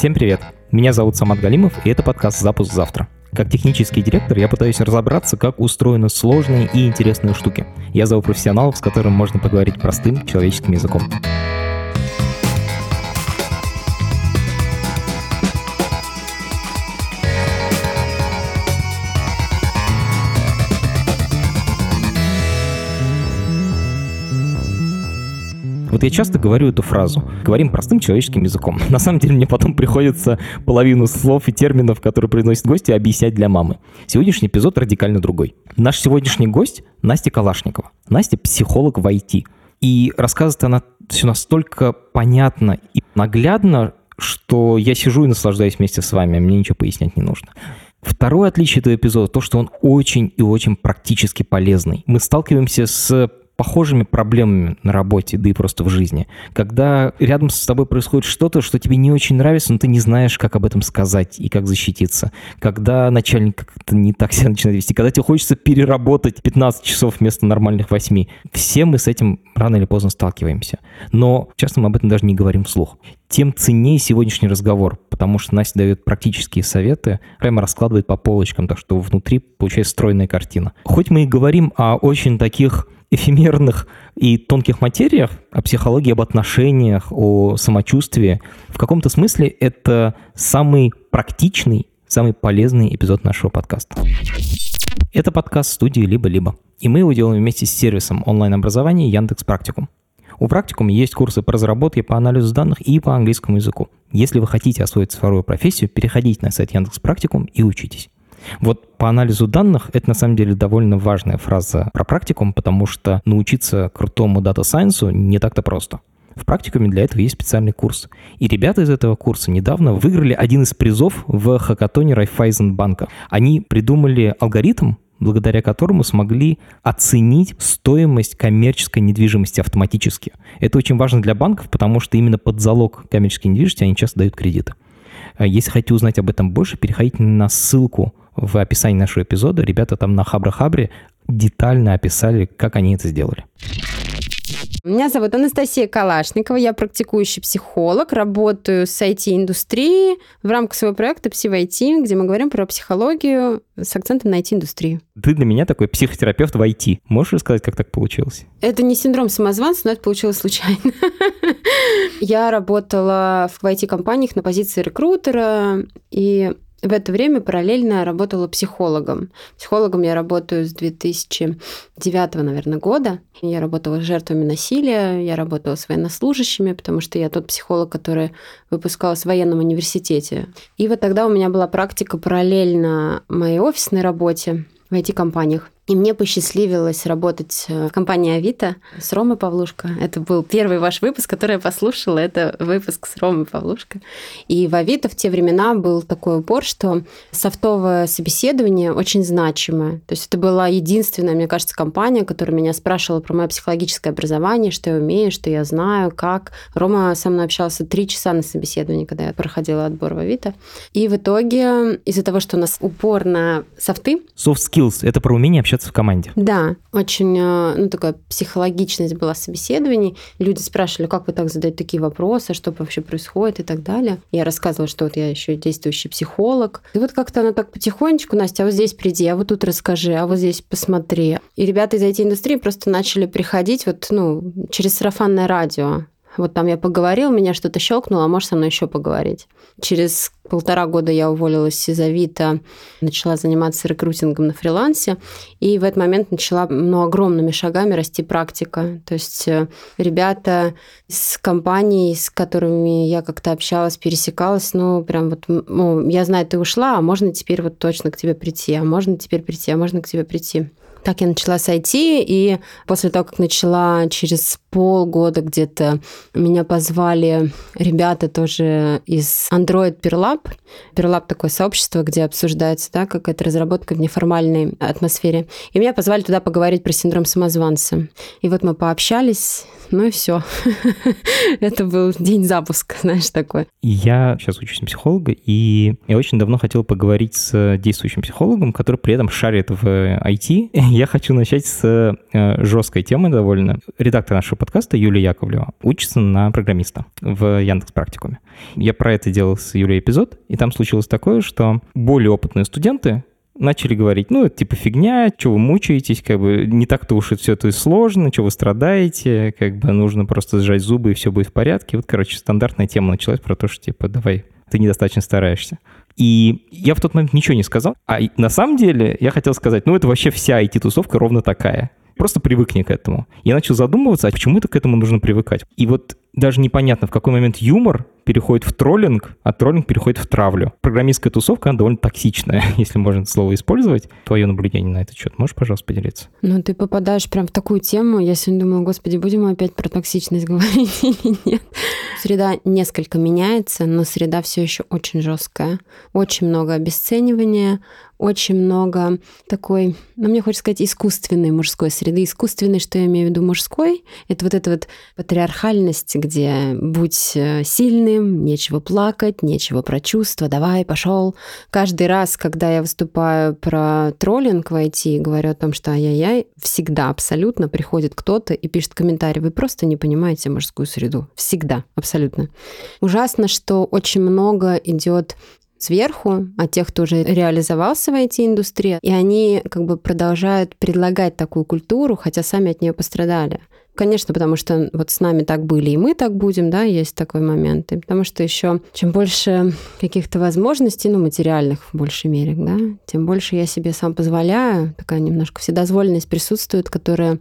Всем привет! Меня зовут Самат Галимов, и это подкаст «Запуск завтра». Как технический директор я пытаюсь разобраться, как устроены сложные и интересные штуки. Я зову профессионалов, с которыми можно поговорить простым человеческим языком. Вот я часто говорю эту фразу. Говорим простым человеческим языком. На самом деле мне потом приходится половину слов и терминов, которые произносят гости, объяснять для мамы. Сегодняшний эпизод радикально другой. Наш сегодняшний гость Настя Калашникова. Настя психолог в IT. И рассказывает она все настолько понятно и наглядно, что я сижу и наслаждаюсь вместе с вами, а мне ничего пояснять не нужно. Второе отличие этого эпизода – то, что он очень и очень практически полезный. Мы сталкиваемся с похожими проблемами на работе, да и просто в жизни. Когда рядом с тобой происходит что-то, что тебе не очень нравится, но ты не знаешь, как об этом сказать и как защититься. Когда начальник как-то не так себя начинает вести. Когда тебе хочется переработать 15 часов вместо нормальных 8. Все мы с этим рано или поздно сталкиваемся. Но часто мы об этом даже не говорим вслух. Тем ценнее сегодняшний разговор, потому что Настя дает практические советы, прямо раскладывает по полочкам, так что внутри получается стройная картина. Хоть мы и говорим о очень таких эфемерных и тонких материях, о психологии, об отношениях, о самочувствии, в каком-то смысле это самый практичный, самый полезный эпизод нашего подкаста. Это подкаст студии «Либо-либо», и мы его делаем вместе с сервисом онлайн-образования Яндекс.Практикум. У Практикума есть курсы по разработке, по анализу данных и по английскому языку. Если вы хотите освоить цифровую профессию, переходите на сайт Яндекс.Практикум и учитесь. Вот по анализу данных это на самом деле довольно важная фраза про практикум, потому что научиться крутому дата-сайенсу не так-то просто. В практикуме для этого есть специальный курс. И ребята из этого курса недавно выиграли один из призов в хакатоне Райффайзенбанка. Они придумали алгоритм, благодаря которому смогли оценить стоимость коммерческой недвижимости автоматически. Это очень важно для банков, потому что именно под залог коммерческой недвижимости они часто дают кредиты. Если хотите узнать об этом больше, переходите на ссылку в описании нашего эпизода. Ребята там на Хабра-Хабре детально описали, как они это сделали. Меня зовут Анастасия Калашникова, я практикующий психолог, работаю с IT-индустрией в рамках своего проекта «Пси в IT», где мы говорим про психологию с акцентом на IT-индустрию. Ты для меня такой психотерапевт в IT. Можешь рассказать, как так получилось? Это не синдром самозванца, но это получилось случайно. Я работала в IT-компаниях на позиции рекрутера, и в это время параллельно работала психологом. Психологом я работаю с 2009, наверное, года. Я работала с жертвами насилия, я работала с военнослужащими, потому что я тот психолог, который выпускалась в военном университете. И вот тогда у меня была практика параллельно моей офисной работе в IT-компаниях. И мне посчастливилось работать в компании Авито с Ромой Павлушко. Это был первый ваш выпуск, который я послушала. Это выпуск с Ромой Павлушко. И в Авито в те времена был такой упор, что софтовое собеседование очень значимое. То есть это была единственная, мне кажется, компания, которая меня спрашивала про мое психологическое образование, что я умею, что я знаю, как. Рома со мной общался 3 часа на собеседовании, когда я проходила отбор в Авито. И в итоге из-за того, что у нас упор на софты... Soft skills – это про умение общаться в команде. Да, очень такая психологичность была собеседований. Люди спрашивали, как вы так задаете такие вопросы, что вообще происходит и так далее. Я рассказывала, что вот я еще действующий психолог. И вот как-то она так потихонечку: Настя, а вот здесь приди, а вот тут расскажи, а вот здесь посмотри. И ребята из IT-индустрии просто начали приходить через сарафанное радио. Вот там я поговорил, меня что-то щелкнуло, а можешь со мной еще поговорить. Через 1,5 года я уволилась из Авито, начала заниматься рекрутингом на фрилансе, и в этот момент начала огромными шагами расти практика. То есть ребята из компаний, с которыми я как-то общалась, пересекалась, я знаю, ты ушла, а можно теперь вот точно к тебе прийти, а можно теперь прийти, а можно к тебе прийти. Так я начала с IT, и после того, как начала, через полгода где-то меня позвали ребята тоже из Android Peer Lab. Peer Lab – такое сообщество, где обсуждается какая-то разработка в неформальной атмосфере. И меня позвали туда поговорить про синдром самозванца. И вот мы пообщались, и все. Это был день запуска, знаешь, такой. Я сейчас учусь на психолога, и я очень давно хотел поговорить с действующим психологом, который при этом шарит в IT. Я хочу начать с жесткой темы довольно. Редактор нашего подкаста Юлия Яковлева учится на программиста в Яндекс.Практикуме. Я про это делал с Юлей эпизод, и там случилось такое, что более опытные студенты начали говорить, это типа фигня, что вы мучаетесь, как бы не так-то уж все это сложно, что вы страдаете, как бы нужно просто сжать зубы, и все будет в порядке. Вот, стандартная тема началась про то, что типа давай, ты недостаточно стараешься. И я в тот момент ничего не сказал, а на самом деле я хотел сказать, это вообще вся IT-тусовка ровно такая. Просто привыкни к этому. Я начал задумываться, а почему это к этому нужно привыкать? И вот даже непонятно, в какой момент юмор переходит в троллинг, а троллинг переходит в травлю. Программистская тусовка, она довольно токсичная, если можно это слово использовать. Твое наблюдение на этот счет можешь, пожалуйста, поделиться? Ты попадаешь прям в такую тему. Я сегодня думала, господи, будем мы опять про токсичность говорить или нет? Среда несколько меняется, но среда все еще очень жесткая. Очень много обесценивания, очень много такой, мне хочется сказать, искусственной мужской среды. Искусственной, что я имею в виду мужской, это вот эта вот патриархальность, где будь сильным, нечего плакать, нечего про чувства, давай, пошел. Каждый раз, когда я выступаю про троллинг в IT и говорю о том, что ай-яй-яй, всегда абсолютно приходит кто-то и пишет комментарий, вы просто не понимаете мужскую среду. Всегда, абсолютно. Ужасно, что очень много идет сверху, от тех, кто уже реализовался в IT-индустрии, и они как бы продолжают предлагать такую культуру, хотя сами от нее пострадали. Конечно, потому что вот с нами так были, и мы так будем, да, есть такой момент. И потому что еще чем больше каких-то возможностей, материальных в большей мере, да, тем больше я себе сам позволяю, такая немножко вседозволенность присутствует, которая,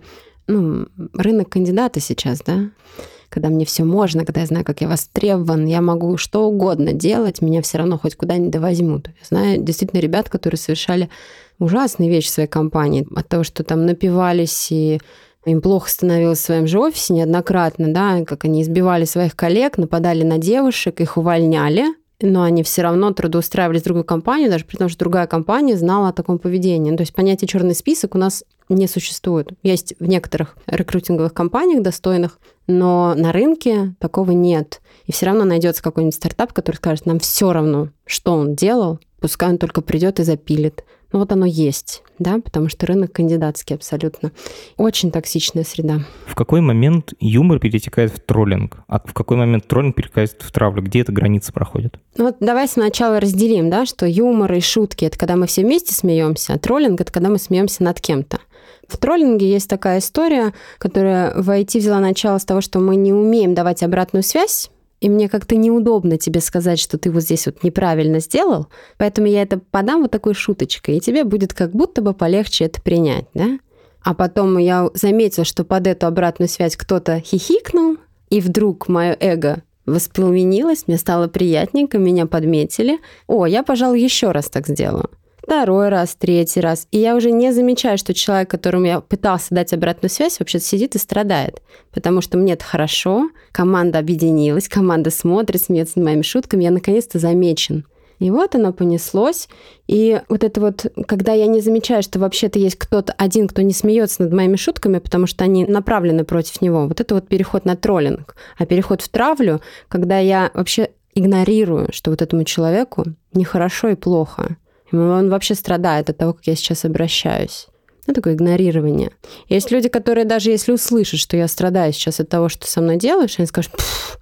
рынок кандидата сейчас, да, когда мне все можно, когда я знаю, как я востребован, я могу что угодно делать, меня все равно хоть куда-нибудь возьмут. Я знаю действительно ребят, которые совершали ужасные вещи в своей компании, от того, что там напивались и им плохо становилось в своем же офисе неоднократно, да, как они избивали своих коллег, нападали на девушек, их увольняли, но они все равно трудоустраивались в другую компанию, даже при том, что другая компания знала о таком поведении. То есть понятие черный список у нас не существует. Есть в некоторых рекрутинговых компаниях достойных, но на рынке такого нет. И все равно найдется какой-нибудь стартап, который скажет, нам все равно, что он делал, пускай он только придет и запилит. Вот оно есть, да, потому что рынок кандидатский абсолютно. Очень токсичная среда. В какой момент юмор перетекает в троллинг? А в какой момент троллинг перетекает в травлю? Где эта граница проходит? Давай сначала разделим, да, что юмор и шутки – это когда мы все вместе смеемся, а троллинг – это когда мы смеемся над кем-то. В троллинге есть такая история, которая в IT взяла начало с того, что мы не умеем давать обратную связь, и мне как-то неудобно тебе сказать, что ты вот здесь вот неправильно сделал, поэтому я это подам вот такой шуточкой, и тебе будет как будто бы полегче это принять, да? А потом я заметила, что под эту обратную связь кто-то хихикнул, и вдруг мое эго воспламенилось, мне стало приятненько, меня подметили. Я, пожалуй, еще раз так сделаю. Второй раз, третий раз. И я уже не замечаю, что человек, которому я пытался дать обратную связь, вообще сидит и страдает. Потому что мне-то хорошо, команда объединилась, команда смотрит, смеется над моими шутками, я наконец-то замечен. И вот оно понеслось. И вот это вот, когда я не замечаю, что вообще-то есть кто-то один, кто не смеется над моими шутками, потому что они направлены против него, вот это вот переход на троллинг. А переход в травлю, когда я вообще игнорирую, что вот этому человеку нехорошо и плохо. Он вообще страдает от того, как я сейчас обращаюсь. Такое игнорирование. Есть люди, которые даже если услышат, что я страдаю сейчас от того, что со мной делаешь, они скажут,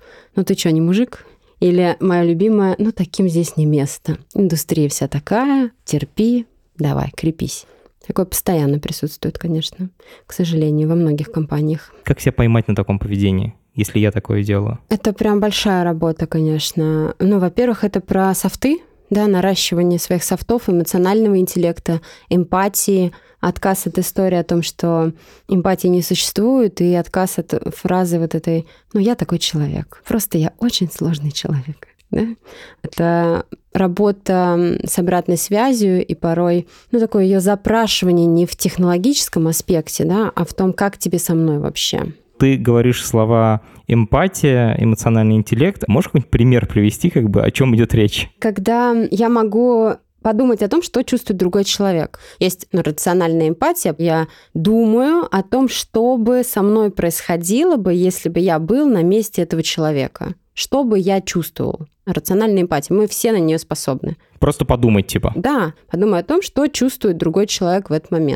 ты что, не мужик? Или моя любимая, таким здесь не место. Индустрия вся такая, терпи, давай, крепись. Такое постоянно присутствует, конечно, к сожалению, во многих компаниях. Как себя поймать на таком поведении, если я такое делаю? Это прям большая работа, конечно. Во-первых, это про софты, да, наращивание своих софтов, эмоционального интеллекта, эмпатии, отказ от истории о том, что эмпатии не существует, и отказ от фразы вот этой «я такой человек, просто я очень сложный человек». Да? Это работа с обратной связью и порой такое ее запрашивание не в технологическом аспекте, да, а в том, как тебе со мной вообще. Ты говоришь слова эмпатия, эмоциональный интеллект. Можешь какой-нибудь пример привести, о чем идет речь? Когда я могу подумать о том, что чувствует другой человек. Есть рациональная эмпатия. Я думаю о том, что бы со мной происходило бы, если бы я был на месте этого человека. Что бы я чувствовал. Рациональная эмпатия. Мы все на нее способны. Просто подумать, типа. Да, подумай о том, что чувствует другой человек в этот момент.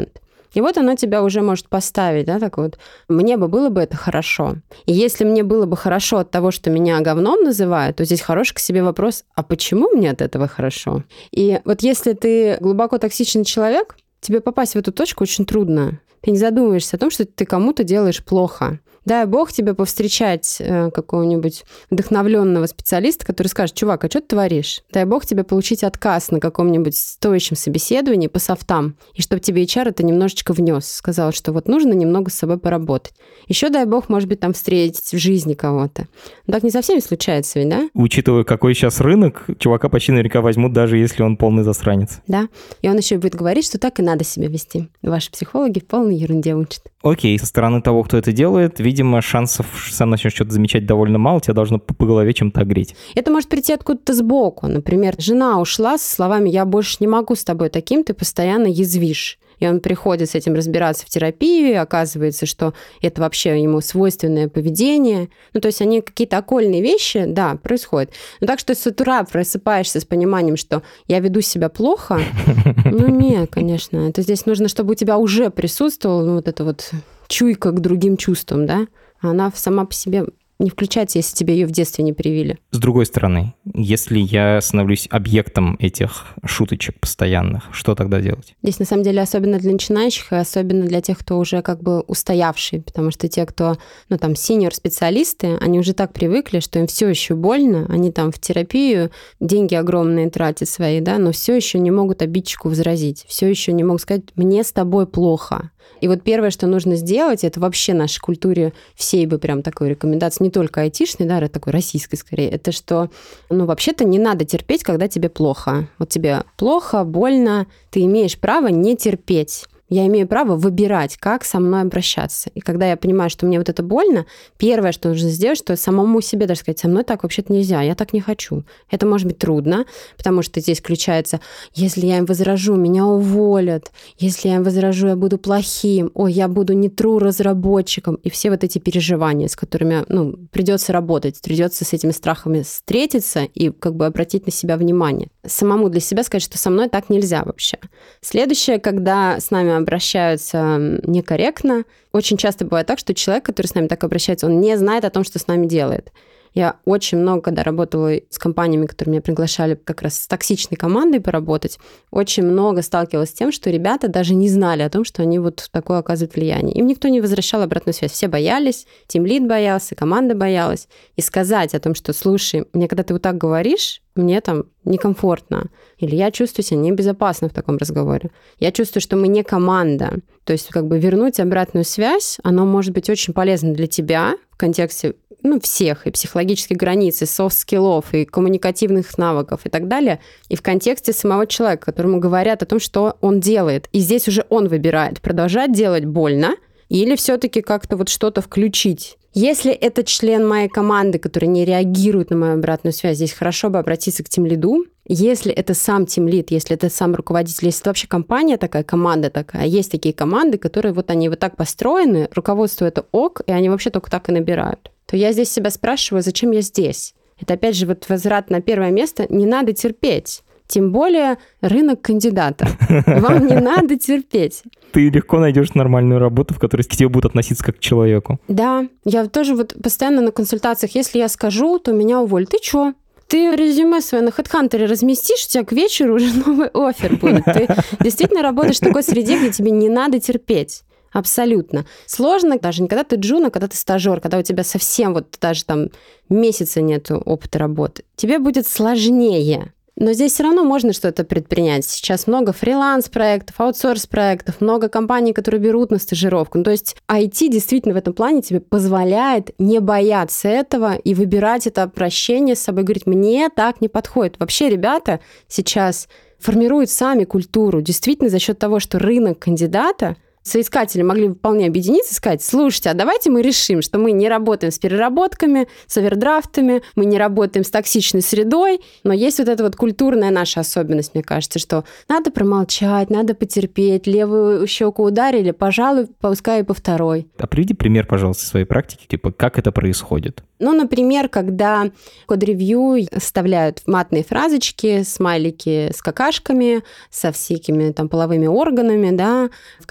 И вот оно тебя уже может поставить, да, так вот. Мне было бы это хорошо. И если мне было бы хорошо от того, что меня говном называют, то здесь хороший к себе вопрос, а почему мне от этого хорошо? И вот если ты глубоко токсичный человек, тебе попасть в эту точку очень трудно. Ты не задумываешься о том, что ты кому-то делаешь плохо. Дай бог тебе повстречать какого-нибудь вдохновленного специалиста, который скажет: чувак, а что ты творишь? Дай бог тебе получить отказ на каком-нибудь стоящем собеседовании по софтам, и чтобы тебе HR это немножечко внес, сказал, что вот нужно немного с собой поработать. Еще дай бог, может быть, там встретить в жизни кого-то. Но так не со всеми случается ведь, да? Учитывая, какой сейчас рынок, чувака почти наверняка возьмут, даже если он полный засранец. Да. И он еще будет говорить, что так и надо себя вести. Ваши психологи в полной ерунде учат. Окей, со стороны того, кто это делает, видимо, шансов, что сам начнешь что-то замечать, довольно мало, тебя должно по голове чем-то огреть. Это может прийти откуда-то сбоку. Например, жена ушла со словами: «Я больше не могу с тобой таким, ты постоянно язвишь». И он приходит с этим разбираться в терапию, и оказывается, что это вообще ему свойственное поведение. Ну, то есть они какие-то окольные вещи, да, происходят. Но так что с утра просыпаешься с пониманием, что я веду себя плохо, ну, нет, конечно. Это здесь нужно, чтобы у тебя уже присутствовала вот эта вот чуйка к другим чувствам, да? Она сама по себе не включается, если тебе ее в детстве не привили. С другой стороны, если я становлюсь объектом этих шуточек постоянных, что тогда делать? Здесь, на самом деле, особенно для начинающих, и особенно для тех, кто уже как бы устоявший, потому что те, кто, ну, там, синьор-специалисты, они уже так привыкли, что им все еще больно, они там в терапию деньги огромные тратят свои, да, но все еще не могут обидчику возразить, все еще не могут сказать: «Мне с тобой плохо». И вот первое, что нужно сделать, это вообще в нашей культуре всей бы прям такой рекомендации, не только айтишной, да, такой российской скорее, это что, ну, вообще-то не надо терпеть, когда тебе плохо. Вот тебе плохо, больно, ты имеешь право не терпеть. Я имею право выбирать, как со мной обращаться. И когда я понимаю, что мне вот это больно, первое, что нужно сделать, что самому себе даже сказать: со мной так вообще-то нельзя, я так не хочу. Это может быть трудно, потому что здесь включается: если я им возражу, меня уволят, если я им возражу, я буду плохим, ой, я буду не true разработчиком. И все вот эти переживания, с которыми, ну, придется работать, придется с этими страхами встретиться и как бы обратить на себя внимание. Самому для себя сказать, что со мной так нельзя вообще. Следующее, когда с нами обращаются некорректно. Очень часто бывает так, что человек, который с нами так обращается, он не знает о том, что с нами делает. Я очень много, когда работала с компаниями, которые меня приглашали как раз с токсичной командой поработать, очень много сталкивалась с тем, что ребята даже не знали о том, что они вот такое оказывают влияние. Им никто не возвращал обратную связь. Все боялись, тимлид боялся, команда боялась. И сказать о том, что: слушай, мне когда ты вот так говоришь, мне там некомфортно. Или я чувствую себя небезопасно в таком разговоре. Я чувствую, что мы не команда. То есть как бы вернуть обратную связь, оно может быть очень полезно для тебя в контексте, ну, всех, и психологических границ, и софт-скиллов, и коммуникативных навыков, и так далее, и в контексте самого человека, которому говорят о том, что он делает. И здесь уже он выбирает, продолжать делать больно или все-таки как-то вот что-то включить. Если это член моей команды, который не реагирует на мою обратную связь, здесь хорошо бы обратиться к тимлиду. Если это сам тимлид, если это сам руководитель, если это вообще компания такая, команда такая, есть такие команды, которые вот они вот так построены, руководство это ок, и они вообще только так и набирают, то я здесь себя спрашиваю: зачем я здесь? Это опять же вот возврат на первое место. Не надо терпеть. Тем более рынок кандидата. Вам не надо терпеть. Ты легко найдешь нормальную работу, в которой к тебе будут относиться как к человеку. Да, я тоже вот постоянно на консультациях, если я скажу, то меня уволят. Ты чё? Ты резюме свое на HeadHunter разместишь, у тебя к вечеру уже новый оффер будет. Ты действительно работаешь в такой среде, где тебе не надо терпеть. Абсолютно. Сложно даже не когда ты джун, а когда ты стажер, когда у тебя совсем вот даже там месяца нет опыта работы. Тебе будет сложнее. Но здесь все равно можно что-то предпринять. Сейчас много фриланс-проектов, аутсорс-проектов, много компаний, которые берут на стажировку. Ну, то есть IT действительно в этом плане тебе позволяет не бояться этого и выбирать это обращение с собой, говорить: мне так не подходит. Вообще ребята сейчас формируют сами культуру действительно за счет того, что рынок кандидата, соискатели могли бы вполне объединиться и сказать: слушайте, а давайте мы решим, что мы не работаем с переработками, с овердрафтами, мы не работаем с токсичной средой, но есть вот эта вот культурная наша особенность, мне кажется, что надо промолчать, надо потерпеть, левую щеку ударили, пожалуй, пускай и по второй. А приведи пример, пожалуйста, своей практики, типа, как это происходит. Ну, например, когда код-ревью вставляют матные фразочки, смайлики с какашками, со всякими там половыми органами, да, в контексте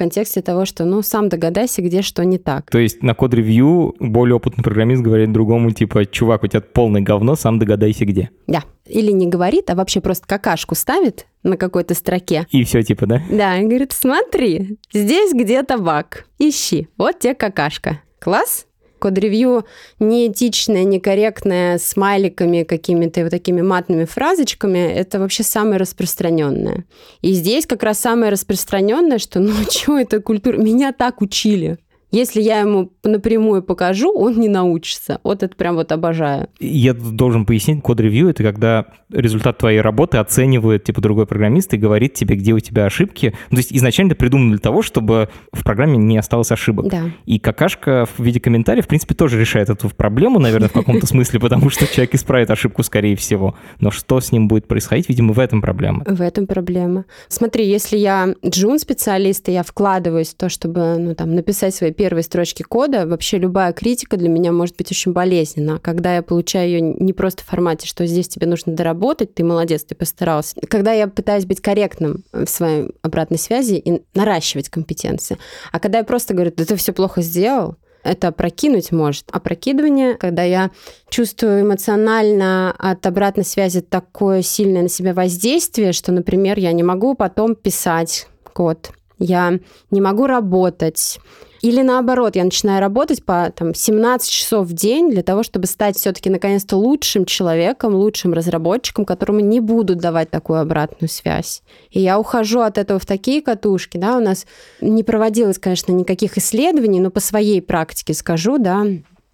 того, что, ну, сам догадайся, где что не так. То есть на код-ревью более опытный программист говорит другому, типа, чувак, у тебя полное говно, сам догадайся, где. Да. Или не говорит, а вообще просто какашку ставит на какой-то строке. И все, типа, да? Да, и говорит, смотри, здесь где-то баг. Ищи. Вот тебе какашка. Класс? Код-ревью неэтичное, некорректное, с смайликами какими-то и вот такими матными фразочками, это вообще самое распространенное. И здесь как раз самое распространенное, что ну что это культура? Меня так учили. Если я ему напрямую покажу, он не научится. Вот это прям вот обожаю. Я должен пояснить, код-ревью — это когда результат твоей работы оценивает, типа, другой программист и говорит тебе, где у тебя ошибки. То есть изначально это придумано для того, чтобы в программе не осталось ошибок. Да. И какашка в виде комментариев, в принципе, тоже решает эту проблему, наверное, в каком-то смысле, потому что человек исправит ошибку, скорее всего. Но что с ним будет происходить, видимо, в этом проблема. В этом проблема. Смотри, если я джун-специалист, и я вкладываюсь в то, чтобы, ну, там, написать свои первые строчки кода, вообще любая критика для меня может быть очень болезненна. Когда я получаю ее не просто в формате, что здесь тебе нужно доработать, ты молодец, ты постарался. Когда я пытаюсь быть корректным в своей обратной связи и наращивать компетенции. А когда я просто говорю, да ты все плохо сделал, это опрокинуть может. Опрокидывание, когда я чувствую эмоционально от обратной связи такое сильное на себя воздействие, что, например, я не могу потом писать код, я не могу работать. Или наоборот, я начинаю работать по 17 часов в день для того, чтобы стать все-таки наконец-то лучшим человеком, лучшим разработчиком, которому не будут давать такую обратную связь. И я ухожу от этого в такие катушки, да, у нас не проводилось, конечно, никаких исследований, но по своей практике скажу, да,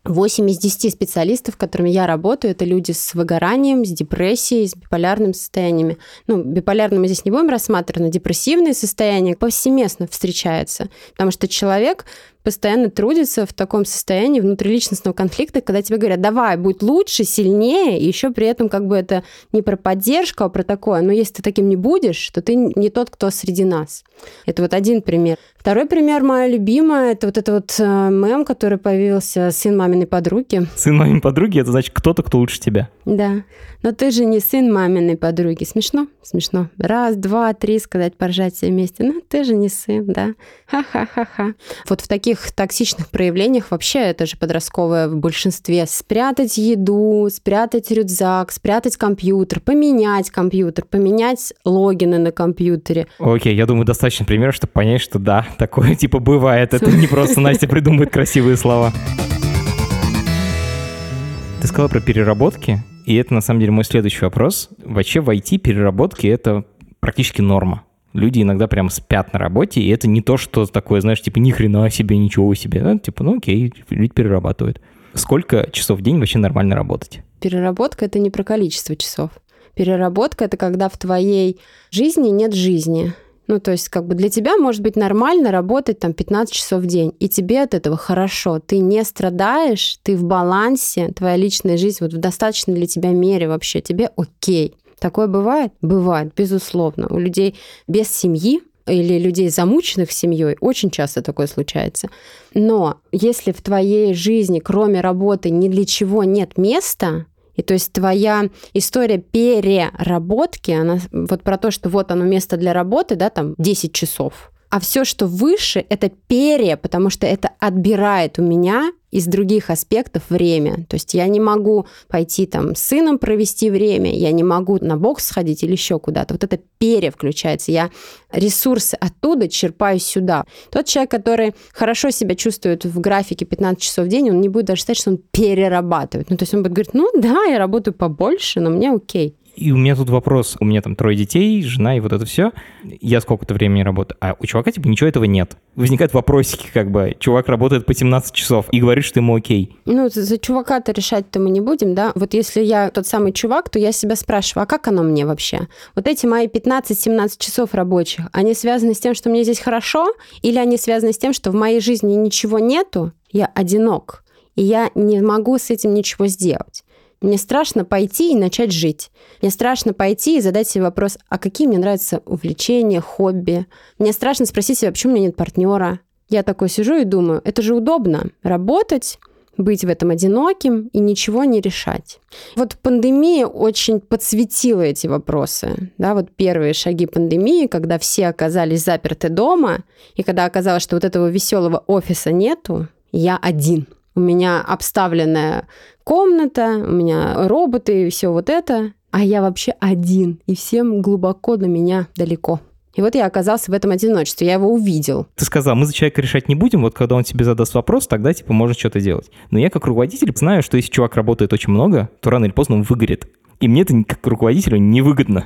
8 из 10 специалистов, с которыми я работаю, это люди с выгоранием, с депрессией, с биполярными состояниями. Ну, биполярные мы здесь не будем рассматривать, но депрессивные состояния повсеместно встречаются, потому что человек постоянно трудится в таком состоянии внутриличностного конфликта, когда тебе говорят, давай, будь лучше, сильнее, и еще при этом как бы это не про поддержку, а про такое, но если ты таким не будешь, то ты не тот, кто среди нас. Это вот один пример. Второй пример, моя любимая, это вот этот мем, который появился, сын маминой подруги. Сын маминой подруги — это значит кто-то, кто лучше тебя. Да, но ты же не сын маминой подруги. Смешно? Смешно. Раз, два, три сказать, поржать все вместе. Ну, ты же не сын, да? Ха-ха-ха-ха. Вот в таких токсичных проявлениях вообще это же подростковое в большинстве. Спрятать еду, спрятать рюкзак, спрятать компьютер, поменять логины на компьютере. Окей, я думаю, достаточно примеров, чтобы понять, что да, такое типа бывает. Это не просто Настя придумывает красивые слова. Ты сказала про переработки, и это на самом деле мой следующий вопрос. Вообще в IT переработки — это практически норма. Люди иногда прям спят на работе, и это не то, что такое, знаешь, типа ни хрена себе, ничего себе. Ну, типа, ну окей, люди перерабатывают. Сколько часов в день вообще нормально работать? Переработка — это не про количество часов. Переработка — это когда в твоей жизни нет жизни. Ну, то есть, как бы для тебя может быть нормально работать 15 часов в день, и тебе от этого хорошо. Ты не страдаешь, ты в балансе, твоя личная жизнь вот в достаточной для тебя мере вообще, тебе окей. Такое бывает? Бывает, безусловно. У людей без семьи или людей, замученных семьей, очень часто такое случается. Но если в твоей жизни, кроме работы, ни для чего нет места, и то есть твоя история переработки, она вот про то, что вот оно место для работы, да, 10 часов, а все, что выше, это потому что это отбирает у меня из других аспектов время. То есть я не могу пойти с сыном провести время, я не могу на бокс сходить или еще куда-то. Вот это включается. Я ресурсы оттуда черпаю сюда. Тот человек, который хорошо себя чувствует в графике 15 часов в день, он не будет даже считать, что он перерабатывает. Ну, то есть он будет говорить, ну да, я работаю побольше, но мне окей. И у меня тут вопрос. У меня 3 детей, жена и вот это все. Я сколько-то времени работаю. А у чувака ничего этого нет. Возникают вопросики, чувак работает по 17 часов и говорит, что ему окей. Ну, за чувака-то решать-то мы не будем, да? Вот если я тот самый чувак, то я себя спрашиваю, а как оно мне вообще? Вот эти мои 15-17 часов рабочих, они связаны с тем, что мне здесь хорошо? Или они связаны с тем, что в моей жизни ничего нету, я одинок, и я не могу с этим ничего сделать? Мне страшно пойти и начать жить. Мне страшно пойти и задать себе вопрос, а какие мне нравятся увлечения, хобби. Мне страшно спросить себя, почему у меня нет партнера. Я такой сижу и думаю, это же удобно. Работать, быть в этом одиноким и ничего не решать. Вот пандемия очень подсветила эти вопросы. Да, вот первые шаги пандемии, когда все оказались заперты дома, и когда оказалось, что вот этого веселого офиса нету, я один. У меня обставленная комната, у меня роботы и все вот это, а я вообще один, и всем глубоко до меня далеко. И вот я оказался в этом одиночестве, я его увидел. Ты сказал, мы за человека решать не будем, вот когда он тебе задаст вопрос, тогда типа можно что-то делать. Но я как руководитель знаю, что если чувак работает очень много, то рано или поздно он выгорит. И мне это как руководителю невыгодно.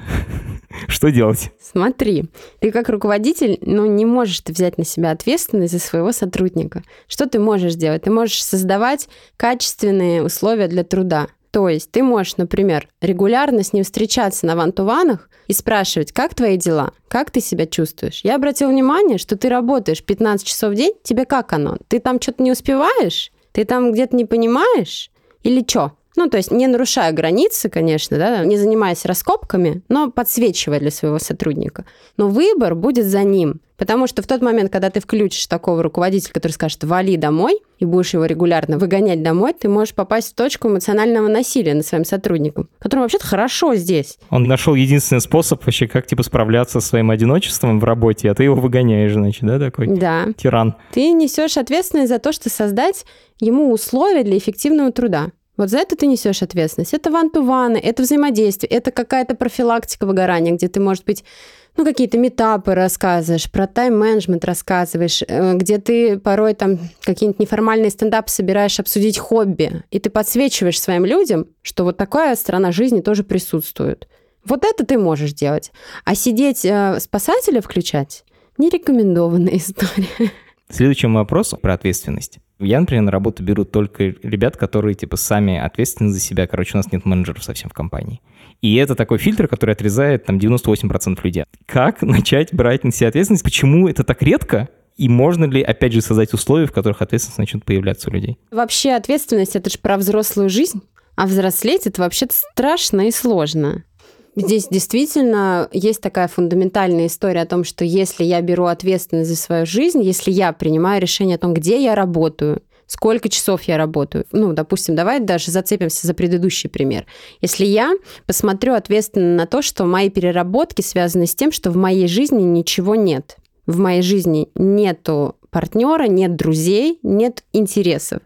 Что делать? Смотри, ты как руководитель, не можешь ты взять на себя ответственность за своего сотрудника. Что ты можешь делать? Ты можешь создавать качественные условия для труда. То есть ты можешь, например, регулярно с ним встречаться на ван-ту-ванах и спрашивать, как твои дела, как ты себя чувствуешь. Я обратила внимание, что ты работаешь 15 часов в день, тебе как оно? Ты там что-то не успеваешь? Ты там где-то не понимаешь? Или что? То есть не нарушая границы, конечно, да, не занимаясь раскопками, но подсвечивая для своего сотрудника. Но выбор будет за ним. Потому что в тот момент, когда ты включишь такого руководителя, который скажет «вали домой», и будешь его регулярно выгонять домой, ты можешь попасть в точку эмоционального насилия над своим сотрудником, которому вообще-то хорошо здесь. Он нашел единственный способ вообще, как справляться со своим одиночеством в работе, а ты его выгоняешь, значит, да, такой? Да. Тиран. Ты несешь ответственность за то, что создать ему условия для эффективного труда. Вот за это ты несешь ответственность. Это ван-ту-ваны, это взаимодействие, это какая-то профилактика выгорания, где ты, может быть, какие-то митапы рассказываешь, про тайм-менеджмент рассказываешь, где ты порой там какие-нибудь неформальные стендапы собираешь обсудить хобби, и ты подсвечиваешь своим людям, что вот такая сторона жизни тоже присутствует. Вот это ты можешь делать. А сидеть спасателя включать – нерекомендованная история. Следующий мой вопрос про ответственность. Я, например, на работу беру только ребят, которые сами ответственны за себя. У нас нет менеджеров совсем в компании. И это такой фильтр, который отрезает 98% людей. Как начать брать на себя ответственность? Почему это так редко? И можно ли, опять же, создать условия, в которых ответственность начнет появляться у людей? Вообще ответственность – это же про взрослую жизнь, а взрослеть – это вообще-то страшно и сложно. Здесь действительно есть такая фундаментальная история о том, что если я беру ответственность за свою жизнь, если я принимаю решение о том, где я работаю, сколько часов я работаю, допустим, давай даже зацепимся за предыдущий пример. Если я посмотрю ответственно на то, что мои переработки связаны с тем, что в моей жизни ничего нет, в моей жизни нету партнера, нет друзей, нет интересов,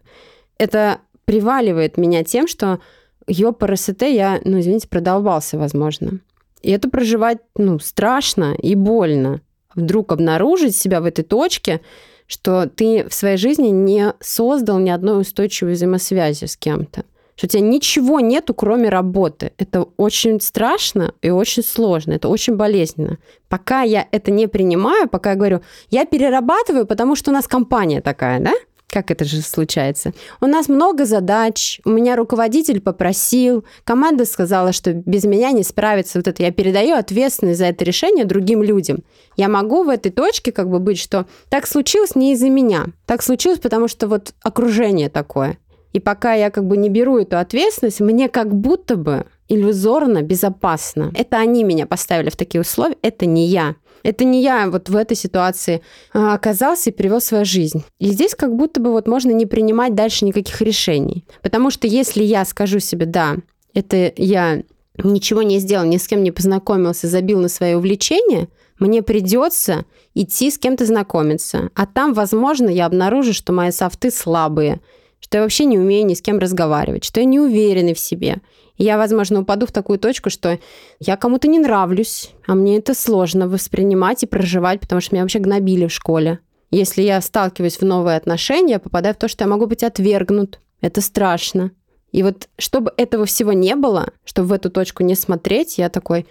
это приваливает меня тем, что ёпарасоте, я, извините, продолбался, возможно. И это проживать, страшно и больно. Вдруг обнаружить себя в этой точке, что ты в своей жизни не создал ни одной устойчивой взаимосвязи с кем-то. Что у тебя ничего нету, кроме работы. Это очень страшно и очень сложно. Это очень болезненно. Пока я это не принимаю, пока я говорю, я перерабатываю, потому что у нас компания такая, да? Как это же случается? У нас много задач, у меня руководитель попросил, команда сказала, что без меня не справится. Вот это я передаю ответственность за это решение другим людям. Я могу в этой точке быть, что так случилось не из-за меня. Так случилось, потому что вот окружение такое. И пока я не беру эту ответственность, мне как будто бы иллюзорно безопасно. Это они меня поставили в такие условия, это не я. Это не я в этой ситуации оказался и привел свою жизнь. И здесь как будто бы можно не принимать дальше никаких решений. Потому что если я скажу себе, да, это я ничего не сделал, ни с кем не познакомился, забил на свои увлечения, мне придется идти с кем-то знакомиться. А там, возможно, я обнаружу, что мои софты слабые, что я вообще не умею ни с кем разговаривать, что я не уверена в себе. И я, возможно, упаду в такую точку, что я кому-то не нравлюсь, а мне это сложно воспринимать и проживать, потому что меня вообще гнобили в школе. Если я сталкиваюсь в новые отношения, я попадаю в то, что я могу быть отвергнут. Это страшно. И чтобы этого всего не было, чтобы в эту точку не смотреть, я такой,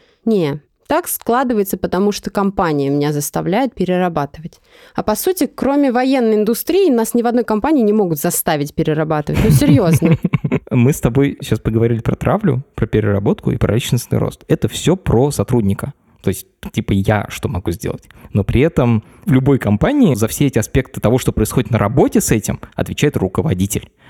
так складывается, потому что компания меня заставляет перерабатывать. А по сути, кроме военной индустрии, нас ни в одной компании не могут заставить перерабатывать. Серьезно. Мы с тобой сейчас поговорили про травлю, про переработку и про личностный рост. Это все про сотрудника. То есть, я что могу сделать? Но при этом в любой компании за все эти аспекты того, что происходит на работе с этим, отвечает руководитель.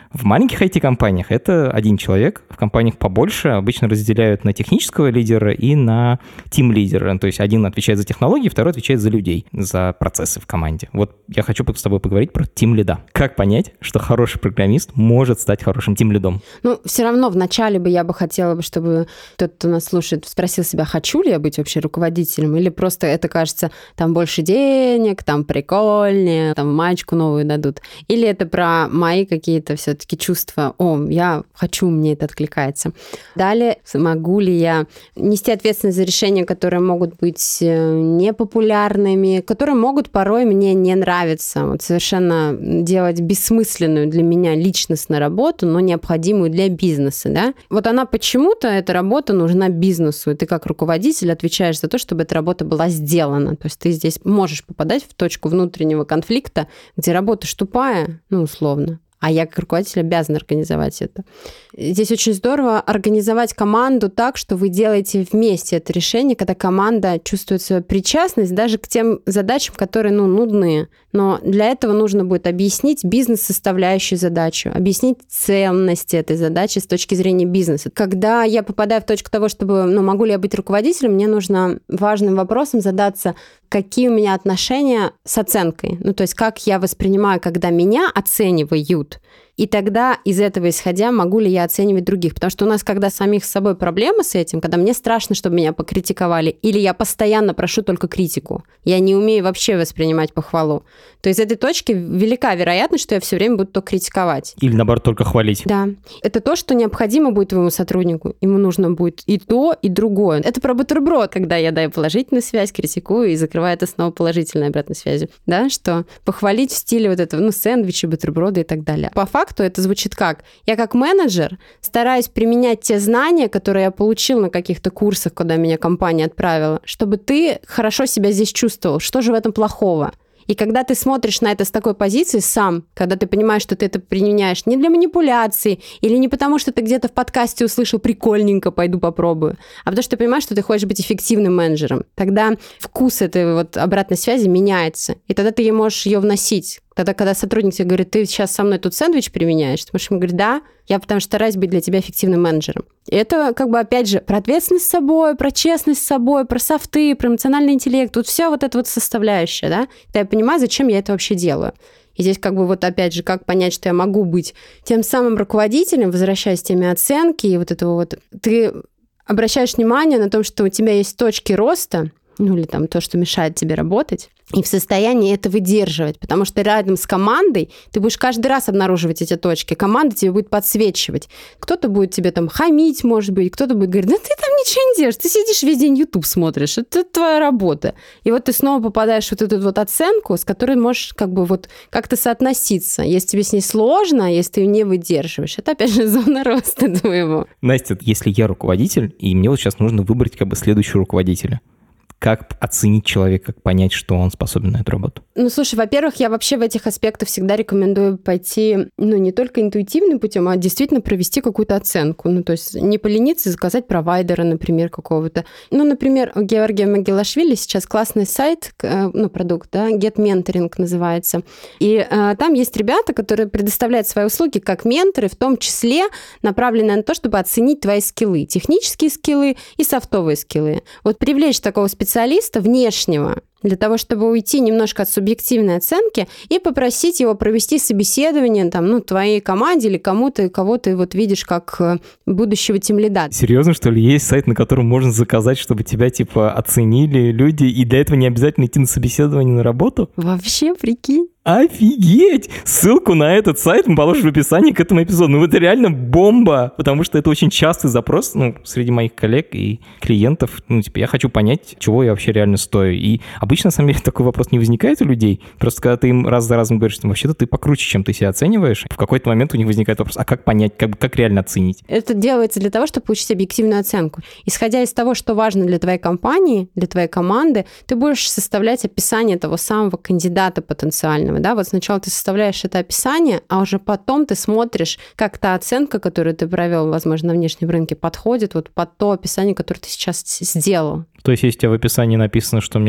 В маленьких IT-компаниях это один человек, в компаниях побольше обычно разделяют на технического лидера и на тим-лидера. То есть один отвечает за технологии, второй отвечает за людей, за процессы в команде. Вот я хочу с тобой поговорить про тим-лида. Как понять, что хороший программист может стать хорошим тим-лидом? Ну, все равно вначале я бы хотела, чтобы тот, кто нас слушает, спросил себя, хочу ли я быть вообще руководителем, или просто это кажется, там больше денег, там прикольнее, там маечку новую дадут. Или это про мои какие-то все-таки чувства, я хочу, мне это откликается. Далее, могу ли я нести ответственность за решения, которые могут быть непопулярными, которые могут порой мне не нравиться. Вот совершенно делать бессмысленную для меня личностную работу, но необходимую для бизнеса, да? Вот она почему-то, эта работа нужна бизнесу, и ты как руководитель отвечаешь за то, чтобы эта работа была сделана. То есть ты здесь можешь попадать в точку внутреннего конфликта, где работа тупая, условно, а я как руководитель обязан организовать это. Здесь очень здорово организовать команду так, что вы делаете вместе это решение, когда команда чувствует свою причастность даже к тем задачам, которые, нудные. Но для этого нужно будет объяснить бизнес-составляющую задачу, объяснить ценности этой задачи с точки зрения бизнеса. Когда я попадаю в точку того, чтобы, могу ли я быть руководителем, мне нужно важным вопросом задаться, какие у меня отношения с оценкой. То есть как я воспринимаю, когда меня оценивают, и тогда из этого исходя, могу ли я оценивать других. Потому что у нас, когда самих с собой проблемы с этим, когда мне страшно, чтобы меня покритиковали, или я постоянно прошу только критику, я не умею вообще воспринимать похвалу, то из этой точки велика вероятность, что я все время буду только критиковать. Или, наоборот, только хвалить. Да. Это то, что необходимо будет твоему сотруднику. Ему нужно будет и то, и другое. Это про бутерброд, когда я даю положительную связь, критикую и закрываю это снова положительной обратной связью. Да, что похвалить в стиле вот этого, сэндвичи, бутерброды и так далее. По факту это звучит как? Я как менеджер стараюсь применять те знания, которые я получил на каких-то курсах, куда меня компания отправила, чтобы ты хорошо себя здесь чувствовал. Что же в этом плохого? И когда ты смотришь на это с такой позиции сам, когда ты понимаешь, что ты это применяешь не для манипуляции или не потому, что ты где-то в подкасте услышал прикольненько, пойду попробую, а потому что ты понимаешь, что ты хочешь быть эффективным менеджером, тогда вкус этой вот обратной связи меняется, и тогда ты можешь ее вносить. Тогда, когда сотрудник тебе говорит, ты сейчас со мной тут сэндвич применяешь, ты можешь ему говорить, да, я потому что стараюсь быть для тебя эффективным менеджером. И это, опять же, про ответственность с собой, про честность с собой, про софты, про эмоциональный интеллект. Тут вся вот эта вот составляющая, да? Я понимаю, зачем я это вообще делаю. И здесь опять же, как понять, что я могу быть тем самым руководителем, возвращаясь к теме оценки и вот этого вот. Ты обращаешь внимание на то, что у тебя есть точки роста, или там то, что мешает тебе работать, и в состоянии это выдерживать, потому что рядом с командой ты будешь каждый раз обнаруживать эти точки, команда тебе будет подсвечивать. Кто-то будет тебе там хамить, может быть, кто-то будет говорить, да ты там ничего не делаешь, ты сидишь весь день YouTube смотришь, это твоя работа. И вот ты снова попадаешь в вот эту вот оценку, с которой можешь как-то соотноситься. Если тебе с ней сложно, если ты ее не выдерживаешь, это опять же зона роста твоего. Настя, если я руководитель, и мне вот сейчас нужно выбрать следующего руководителя, как оценить человека, как понять, что он способен на эту работу? Слушай, во-первых, я вообще в этих аспектах всегда рекомендую пойти, не только интуитивным путем, а действительно провести какую-то оценку. То есть не полениться, заказать провайдера, например, какого-то. Например, у Георгия Магилашвили сейчас классный сайт, продукт, да, Get Mentoring называется. И там есть ребята, которые предоставляют свои услуги как менторы, в том числе направленные на то, чтобы оценить твои скиллы, технические скиллы и софтовые скиллы. Вот привлечь такого специалиста внешнего для того, чтобы уйти немножко от субъективной оценки и попросить его провести собеседование твоей команде или кому-то, кого ты видишь как будущего тимлида. Серьезно, что ли? Есть сайт, на котором можно заказать, чтобы тебя оценили люди, и для этого не обязательно идти на собеседование на работу? Вообще, прикинь. Офигеть! Ссылку на этот сайт мы положим в описании к этому эпизоду. Это реально бомба, потому что это очень частый запрос среди моих коллег и клиентов. Я хочу понять, чего я вообще реально стою. И обычно, на самом деле, такой вопрос не возникает у людей. Просто когда ты им раз за разом говоришь, что вообще-то ты покруче, чем ты себя оцениваешь, в какой-то момент у них возникает вопрос, а как понять, как реально оценить? Это делается для того, чтобы получить объективную оценку. Исходя из того, что важно для твоей компании, для твоей команды, ты будешь составлять описание того самого кандидата потенциального. Да? Вот сначала ты составляешь это описание, а уже потом ты смотришь, как та оценка, которую ты провел, возможно, на внешнем рынке, подходит под то описание, которое ты сейчас сделал. То есть, если у тебя в описании написано, что мне нужно скорее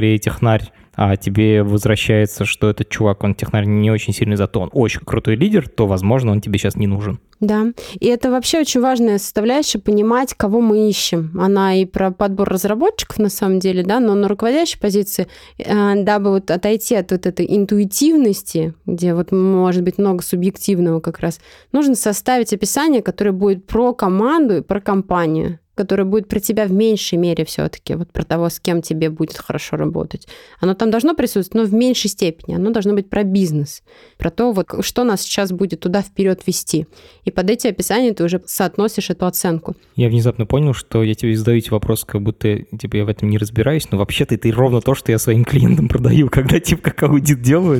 скорее технарь, а тебе возвращается, что этот чувак, он технарь не очень сильный, зато он очень крутой лидер, то, возможно, он тебе сейчас не нужен. Да, и это вообще очень важная составляющая, понимать, кого мы ищем. Она и про подбор разработчиков, на самом деле, да, но на руководящей позиции, дабы вот отойти от вот этой интуитивности, где вот может быть много субъективного как раз, нужно составить описание, которое будет про команду и про компанию, которое будет про тебя в меньшей мере все-таки, вот про того, с кем тебе будет хорошо работать. Оно там должно присутствовать, но в меньшей степени. Оно должно быть про бизнес, про то, вот, что нас сейчас будет туда вперед вести. И под эти описания ты уже соотносишь эту оценку. Я внезапно понял, что я тебе задаю эти вопросы, как будто типа, я в этом не разбираюсь, но вообще-то это ровно то, что я своим клиентам продаю, когда типа как аудит делают.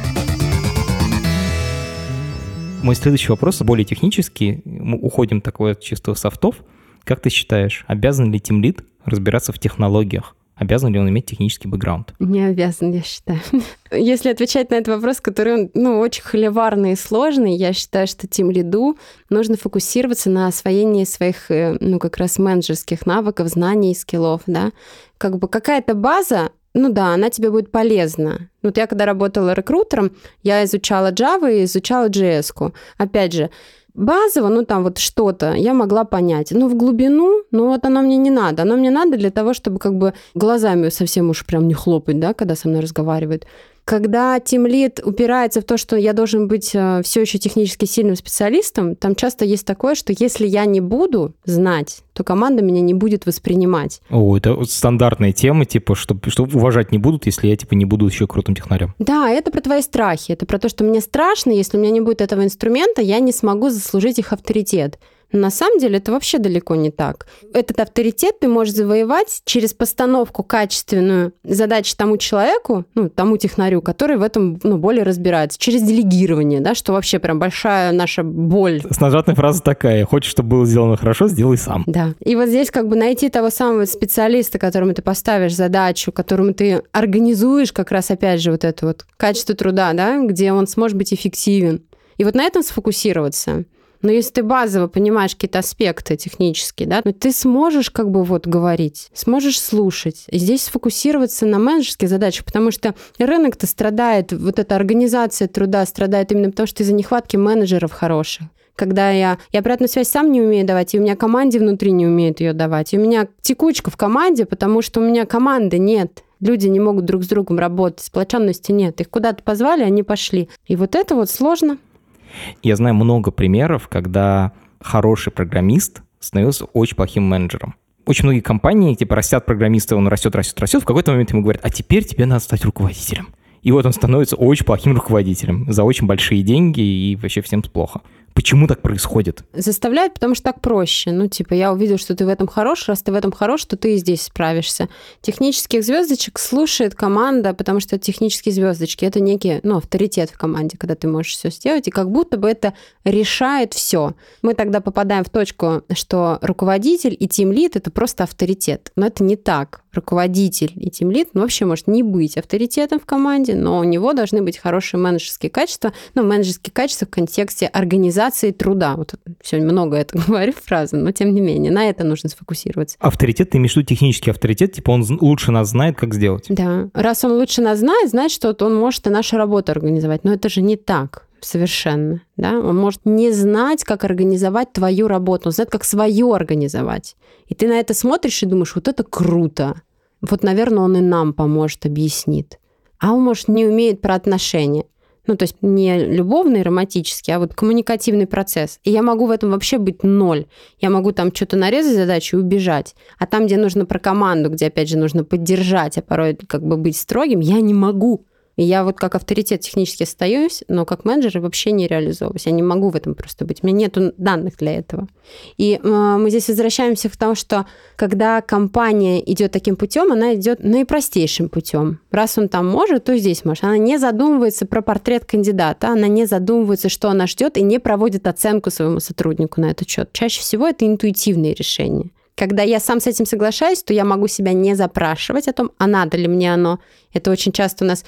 Мой следующий вопрос более технический. Мы уходим такой от чистого софтов. Как ты считаешь, обязан ли тимлид разбираться в технологиях? Обязан ли он иметь технический бэкграунд? Не обязан, я считаю. Если отвечать на этот вопрос, который очень холиварный и сложный, я считаю, что тимлиду нужно фокусироваться на освоении своих, как раз менеджерских навыков, знаний и скиллов, да. Как бы какая-то база, она тебе будет полезна. Вот я когда работала рекрутером, я изучала Java и изучала JS-ку. Опять же, базово, там вот что-то я могла понять. Но в глубину, вот оно мне не надо. Оно мне надо для того, чтобы как бы глазами совсем уж прям не хлопать, да, когда со мной разговаривают. Когда тимлид упирается в то, что я должен быть все еще технически сильным специалистом, там часто есть такое, что если я не буду знать, то команда меня не будет воспринимать. Это стандартная тема, типа, что уважать не будут, если я не буду еще крутым технарем. Да, это про твои страхи. Это про то, что мне страшно, если у меня не будет этого инструмента, я не смогу заслужить их авторитет. Но на самом деле это вообще далеко не так. Этот авторитет ты можешь завоевать через постановку качественную задач тому человеку, тому технарю, который в этом более разбирается, через делегирование, да, что вообще прям большая наша боль. Стандартная фраза такая: хочешь, чтобы было сделано хорошо, сделай сам. Да. И вот здесь как бы найти того самого специалиста, которому ты поставишь задачу, которому ты организуешь как раз опять же вот это вот качество труда, да, где он сможет быть эффективен. И вот на этом сфокусироваться. Но если ты базово понимаешь какие-то аспекты технические, да, ты сможешь как бы говорить, сможешь слушать. И здесь сфокусироваться на менеджерских задачах, потому что рынок-то страдает, вот эта организация труда страдает именно потому, что из-за нехватки менеджеров хороших. Когда я обратную связь сам не умею давать, и у меня команде внутри не умеет ее давать. И у меня текучка в команде, потому что у меня команды нет. Люди не могут друг с другом работать, сплоченности нет. Их куда-то позвали, они пошли. И вот это сложно. Я знаю много примеров, когда хороший программист становился очень плохим менеджером. Очень многие компании, растят программиста, он растет, в какой-то момент ему говорят: а теперь тебе надо стать руководителем. И вот он становится очень плохим руководителем за очень большие деньги, и вообще всем плохо. Почему так происходит? Заставляют, потому что так проще. Я увидел, что ты в этом хорош, раз ты в этом хорош, то ты и здесь справишься. Технических звездочек слушает команда, потому что технические звездочки — это некий, авторитет в команде, когда ты можешь все сделать, и как будто бы это решает все. Мы тогда попадаем в точку, что руководитель и тимлид — это просто авторитет. Но это не так. Руководитель и тимлид вообще может не быть авторитетом в команде, но у него должны быть хорошие менеджерские качества, менеджерские качества в контексте организации труда. Сегодня много это говорю фразу, но тем не менее, на это нужно сфокусироваться. Авторитет, ты имеешь в виду технический авторитет, он лучше нас знает, как сделать? Да. Раз он лучше нас знает, значит, что он может и нашу работу организовать. Но это же не так совершенно. Да? Он может не знать, как организовать твою работу, он знает, как свою организовать. И ты на это смотришь и думаешь: вот это круто. Наверное, он и нам поможет, объяснит. А он, может, не умеет про отношения. То есть не любовный, романтический, а коммуникативный процесс. И я могу в этом вообще быть ноль. Я могу там что-то нарезать задачу и убежать. А там, где нужно про команду, где, опять же, нужно поддержать, а порой быть строгим, я не могу. И я как авторитет технически остаюсь, но как менеджер вообще не реализовываюсь. Я не могу в этом просто быть. У меня нет данных для этого. И мы здесь возвращаемся к тому, что когда компания идет таким путем, она идет наипростейшим путем. Раз он там может, то здесь может. Она не задумывается про портрет кандидата, она не задумывается, что она ждет, и не проводит оценку своему сотруднику на этот счет. Чаще всего это интуитивные решения. Когда я сам с этим соглашаюсь, то я могу себя не запрашивать о том, а надо ли мне оно. Это очень часто у нас,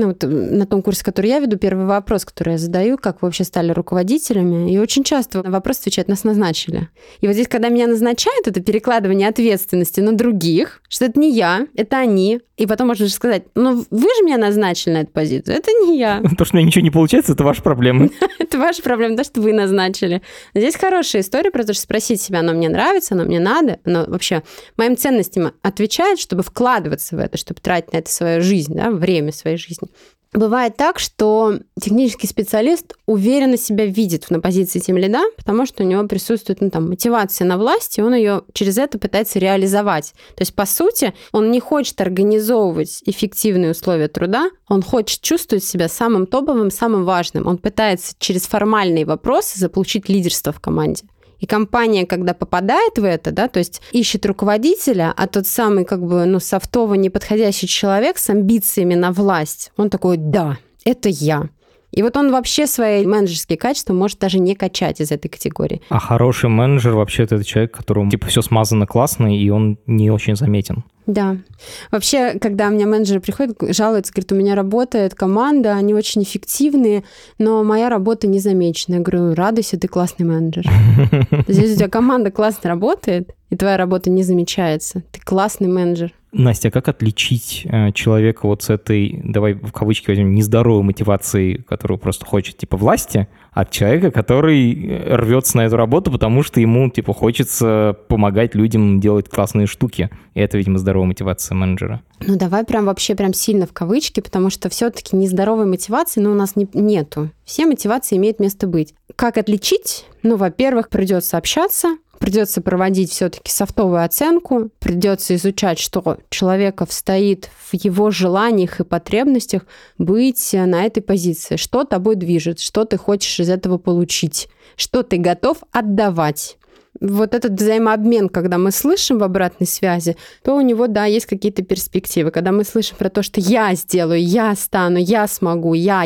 на том курсе, который я веду, первый вопрос, который я задаю, как вы вообще стали руководителями, и очень часто на вопрос отвечают: нас назначили. И вот здесь, когда меня назначают, это перекладывание ответственности на других, что это не я, это они. И потом можно же сказать: вы же меня назначили на эту позицию, это не я. То, что у меня ничего не получается, это ваша проблема. Это ваша проблема, то, что вы назначили. Здесь хорошая история про то, что спросить себя: оно мне нравится, оно мне надо, оно вообще моим ценностям отвечает, чтобы вкладываться в это, чтобы тратить на это свою жизнь, время своей жизни. Бывает так, что технический специалист уверенно себя видит на позиции тимлида, потому что у него присутствует мотивация на власть, и он ее через это пытается реализовать. То есть, по сути, он не хочет организовывать эффективные условия труда, он хочет чувствовать себя самым топовым, самым важным. Он пытается через формальные вопросы заполучить лидерство в команде. И компания, когда попадает в это, то есть ищет руководителя, а тот самый софтово неподходящий человек с амбициями на власть, он такой: да, это я. И вот он вообще свои менеджерские качества может даже не качать из этой категории. А хороший менеджер вообще-то это человек, которому все смазано классно, и он не очень заметен. Да. Вообще, когда у меня менеджеры приходят, жалуются, говорят: у меня работает команда, они очень эффективные, но моя работа не замечена. Я говорю: радуйся, ты классный менеджер. Если у тебя команда классно работает, и твоя работа не замечается, ты классный менеджер. Настя, как отличить человека вот с этой, давай в кавычки возьмем, нездоровой мотивацией, которую просто хочет власти, от человека, который рвется на эту работу, потому что ему хочется помогать людям делать классные штуки. И это, видимо, здоровая мотивация менеджера. Давай вообще сильно в кавычки, потому что все-таки нездоровой мотивации у нас нету. Все мотивации имеют место быть. Как отличить? Во-первых, придется общаться, придется проводить все-таки софтовую оценку, придется изучать, что человека стоит в его желаниях и потребностях быть на этой позиции, что тобой движет, что ты хочешь из этого получить, что ты готов отдавать. Вот этот взаимообмен, когда мы слышим в обратной связи, то у него, есть какие-то перспективы. Когда мы слышим про то, что я сделаю, я стану, я смогу, я,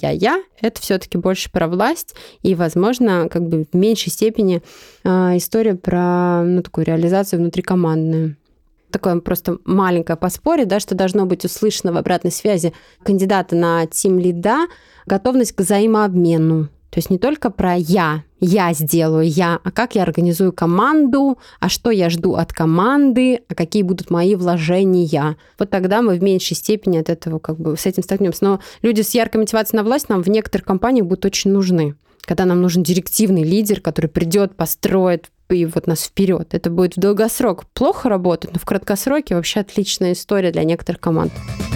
это все-таки больше про власть и, возможно, в меньшей степени история про такую реализацию внутрикомандную. Такое просто маленькое подспорье, что должно быть услышано в обратной связи кандидата на тимлида, готовность к взаимообмену. То есть не только про я сделаю, а как я организую команду, а что я жду от команды, а какие будут мои вложения. Вот тогда мы в меньшей степени от этого с этим столкнемся. Но люди с яркой мотивацией на власть нам в некоторых компаниях будут очень нужны. Когда нам нужен директивный лидер, который придет, построит и нас вперед. Это будет в долгосрок плохо работать, но в краткосроке вообще отличная история для некоторых команд.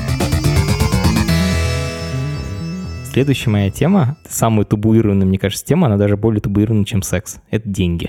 Следующая моя тема, самая табуированная, мне кажется, тема, она даже более табуированная, чем секс. Это деньги.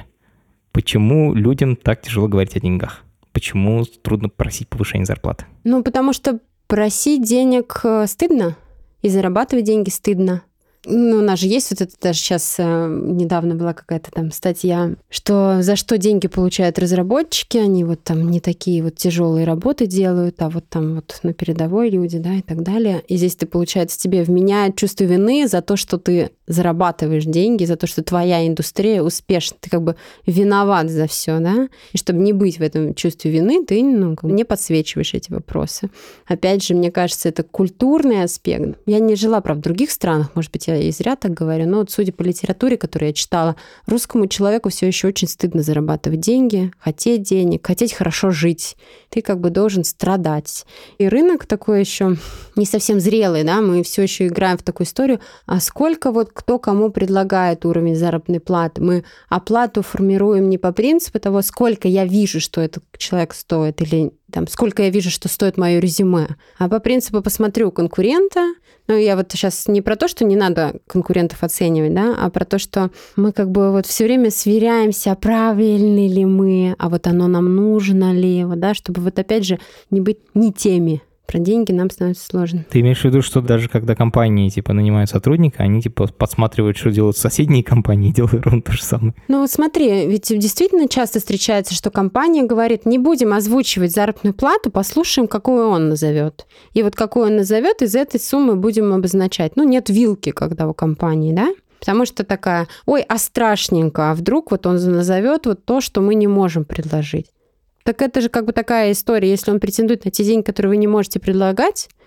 Почему людям так тяжело говорить о деньгах? Почему трудно просить повышения зарплаты? Потому что просить денег стыдно, и зарабатывать деньги стыдно. У нас же есть даже сейчас недавно была какая-то статья, что за что деньги получают разработчики, они не такие тяжелые работы делают, а на передовой люди, и так далее. И здесь получается, тебе вменяют чувство вины за то, что ты зарабатываешь деньги, за то, что твоя индустрия успешна, ты виноват за все, И чтобы не быть в этом чувстве вины, ты не подсвечиваешь эти вопросы. Опять же, мне кажется, это культурный аспект. Я не жила, правда, в других странах, может быть, я и зря так говорю, но судя по литературе, которую я читала, русскому человеку все еще очень стыдно зарабатывать деньги, хотеть денег, хотеть хорошо жить. Ты должен страдать. И рынок такой еще не совсем зрелый, мы все еще играем в такую историю, а сколько кто кому предлагает уровень заработной платы. Мы оплату формируем не по принципу того, сколько я вижу, что этот человек стоит, или сколько я вижу, что стоит мое резюме, а по принципу посмотрю у конкурента. Я сейчас не про то, что не надо конкурентов оценивать, а про то, что мы все время сверяемся, правильны ли мы, а оно нам нужно ли, чтобы опять же не быть не теми. Про деньги нам становится сложно. Ты имеешь в виду, что даже когда компании нанимают сотрудника, они подсматривают, что делают соседние компании, и делают ровно то же самое? Смотри, ведь действительно часто встречается, что компания говорит: не будем озвучивать заработную плату, послушаем, какую он назовет. И какую он назовет, из этой суммы будем обозначать. Нет вилки, когда у компании, Потому что такая: ой, а страшненько, а вдруг он назовет то, что мы не можем предложить. Так это же такая история. Если он претендует на те деньги, которые вы не можете предлагать,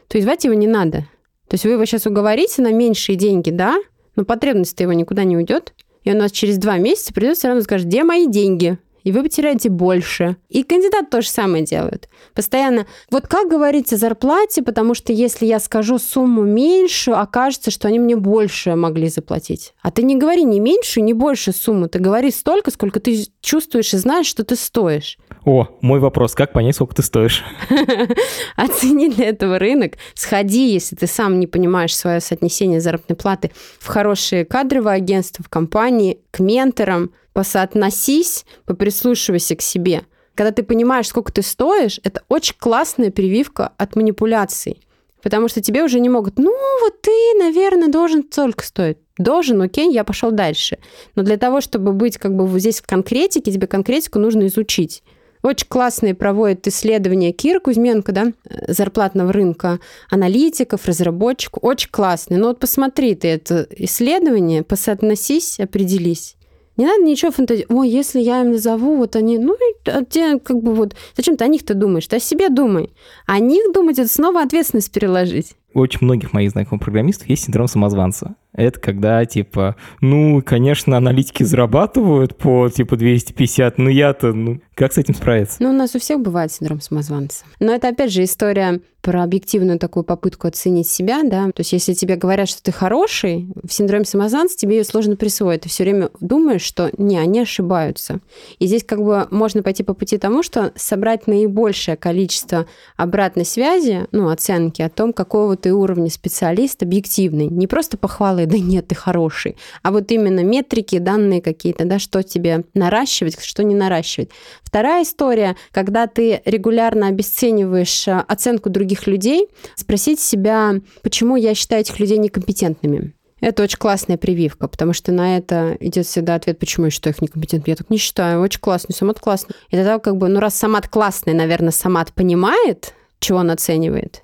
то звать его не надо. То есть вы его сейчас уговорите на меньшие деньги, да, но потребность-то его никуда не уйдет. И он у нас через 2 месяца придет все равно и скажет: где мои деньги? И вы потеряете больше. И кандидат то же самое делает. Постоянно. Вот как говорить о зарплате, потому что если я скажу сумму меньшую, окажется, что они мне больше могли заплатить. А ты не говори ни меньшую, ни большую сумму. Ты говори столько, сколько ты чувствуешь и знаешь, что ты стоишь. О, мой вопрос. Как понять, сколько ты стоишь? Оцени для этого рынок. Сходи, если ты сам не понимаешь свое соотнесение заработной платы, в хорошие кадровые агентства, в компании, к менторам. Посоотносись, поприслушивайся к себе. Когда ты понимаешь, сколько ты стоишь, это очень классная прививка от манипуляций. Потому что тебе уже не могут: ну, вот ты, наверное, должен столько стоить. Должен, окей, я пошел дальше. Но для того, чтобы быть как бы вот здесь в конкретике, тебе конкретику нужно изучить. Очень классные проводят исследования Кира Кузьменко, да, зарплатного рынка, аналитиков, разработчиков. Очень классные. Но вот посмотри ты это исследование, посоотносись, определись. Не надо ничего фантазировать. Ой, если я им назову, вот они... Ну, те как бы вот... Зачем ты о них-то думаешь? Ты о себе думай. О них думать — это снова ответственность переложить. У очень многих моих знакомых программистов есть синдром самозванца. Это когда, типа, ну, конечно, аналитики зарабатывают по, типа, 250, но я-то, ну, как с этим справиться? Ну, у нас у всех бывает синдром самозванца. Но это, опять же, история про объективную такую попытку оценить себя, да. То есть, если тебе говорят, что ты хороший, в синдроме самозванца тебе ее сложно присвоить. Ты все время думаешь, что не, они ошибаются. И здесь как бы можно пойти по пути тому, что собрать наибольшее количество обратной связи, ну, оценки о том, какого ты уровня специалист объективный. Не просто похвалы, да нет, ты хороший, а вот именно метрики, данные какие-то, да, что тебе наращивать, что не наращивать. Вторая история, когда ты регулярно обесцениваешь оценку других людей, спросить себя, почему я считаю этих людей некомпетентными. Это очень классная прививка, потому что на это идет всегда ответ, почему я считаю их некомпетентными. Я так не считаю, очень классный, Самат классный. И тогда как бы, ну раз Самат классный, наверное, Самат понимает, чего он оценивает.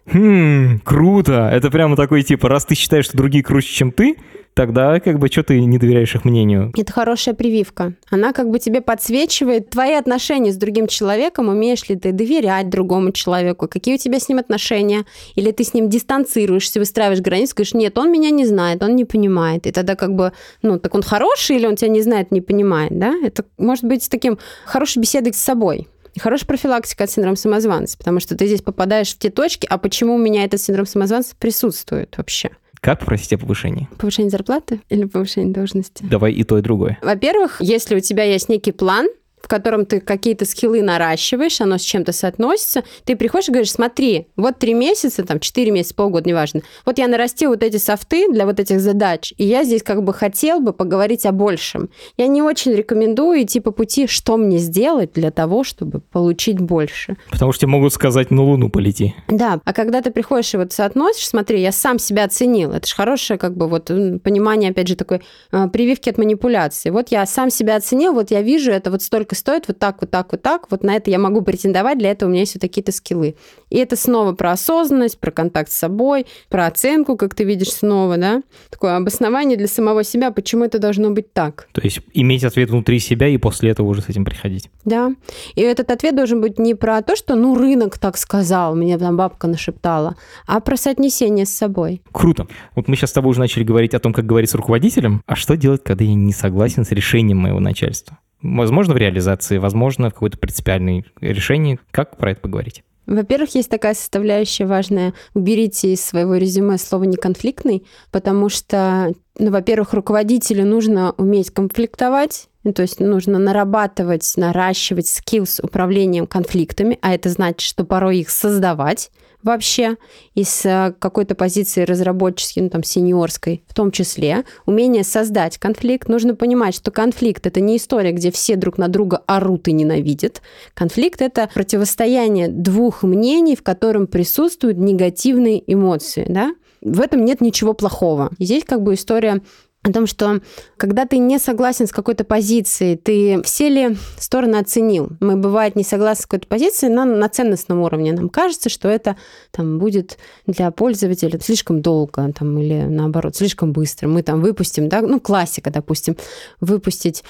Круто! Это прямо такой типа, раз ты считаешь, что другие круче, чем ты, тогда как бы что ты не доверяешь их мнению? Это хорошая прививка. Она как бы тебе подсвечивает твои отношения с другим человеком, умеешь ли ты доверять другому человеку, какие у тебя с ним отношения, или ты с ним дистанцируешься, выстраиваешь границы, говоришь: нет, он меня не знает, он не понимает. И тогда как бы, ну, так он хороший или он тебя не знает, не понимает, да? Это может быть таким хорошей беседой с собой. Хорошая профилактика от синдрома самозванца, потому что ты здесь попадаешь в те точки, а почему у меня этот синдром самозванца присутствует вообще? Как попросить о повышении? Повышение зарплаты или повышение должности? Давай и то, и другое. Во-первых, если у тебя есть некий план, в котором ты какие-то скиллы наращиваешь, оно с чем-то соотносится, ты приходишь и говоришь: смотри, вот 3 месяца, там, 4 месяца, полгода, неважно, вот я нарастил вот эти софты для вот этих задач, и я здесь как бы хотел бы поговорить о большем. Я не очень рекомендую идти по пути, что мне сделать для того, чтобы получить больше. Потому что тебе могут сказать: на Луну полети. Да, а когда ты приходишь и вот соотносишь, смотри, я сам себя оценил, это же хорошее как бы вот понимание, опять же, такой прививки от манипуляции. Вот я сам себя оценил, вот я вижу, это вот столько стоит, вот так, вот так, вот так, вот на это я могу претендовать, для этого у меня есть вот такие-то скиллы. И это снова про осознанность, про контакт с собой, про оценку, как ты видишь снова, да, такое обоснование для самого себя, почему это должно быть так. То есть иметь ответ внутри себя и после этого уже с этим приходить. Да, и этот ответ должен быть не про то, что, ну, рынок так сказал, мне там бабка нашептала, а про соотнесение с собой. Круто. Вот мы сейчас с тобой уже начали говорить о том, как говорить с руководителем, а что делать, когда я не согласен с решением моего начальства? Возможно, в реализации, возможно, в какое-то принципиальное решение. Как про это поговорить? Во-первых, есть такая составляющая важная. Уберите из своего резюме слово «неконфликтный», потому что, ну, во-первых, руководителю нужно уметь конфликтовать, то есть нужно нарабатывать, наращивать скилл с управлением конфликтами, а это значит, что порой их создавать вообще из какой-то позиции разработческой, ну, там, сеньорской, в том числе. Умение создать конфликт. Нужно понимать, что конфликт — это не история, где все друг на друга орут и ненавидят. Конфликт — это противостояние двух мнений, в котором присутствуют негативные эмоции, да? В этом нет ничего плохого. И здесь как бы история о том, что когда ты не согласен с какой-то позицией, ты все ли стороны оценил? Мы, бывает, не согласны с какой-то позицией, но на ценностном уровне. Нам кажется, что это там будет для пользователя слишком долго там, или, наоборот, слишком быстро. Мы там выпустим, да, ну, классика, допустим, выпустить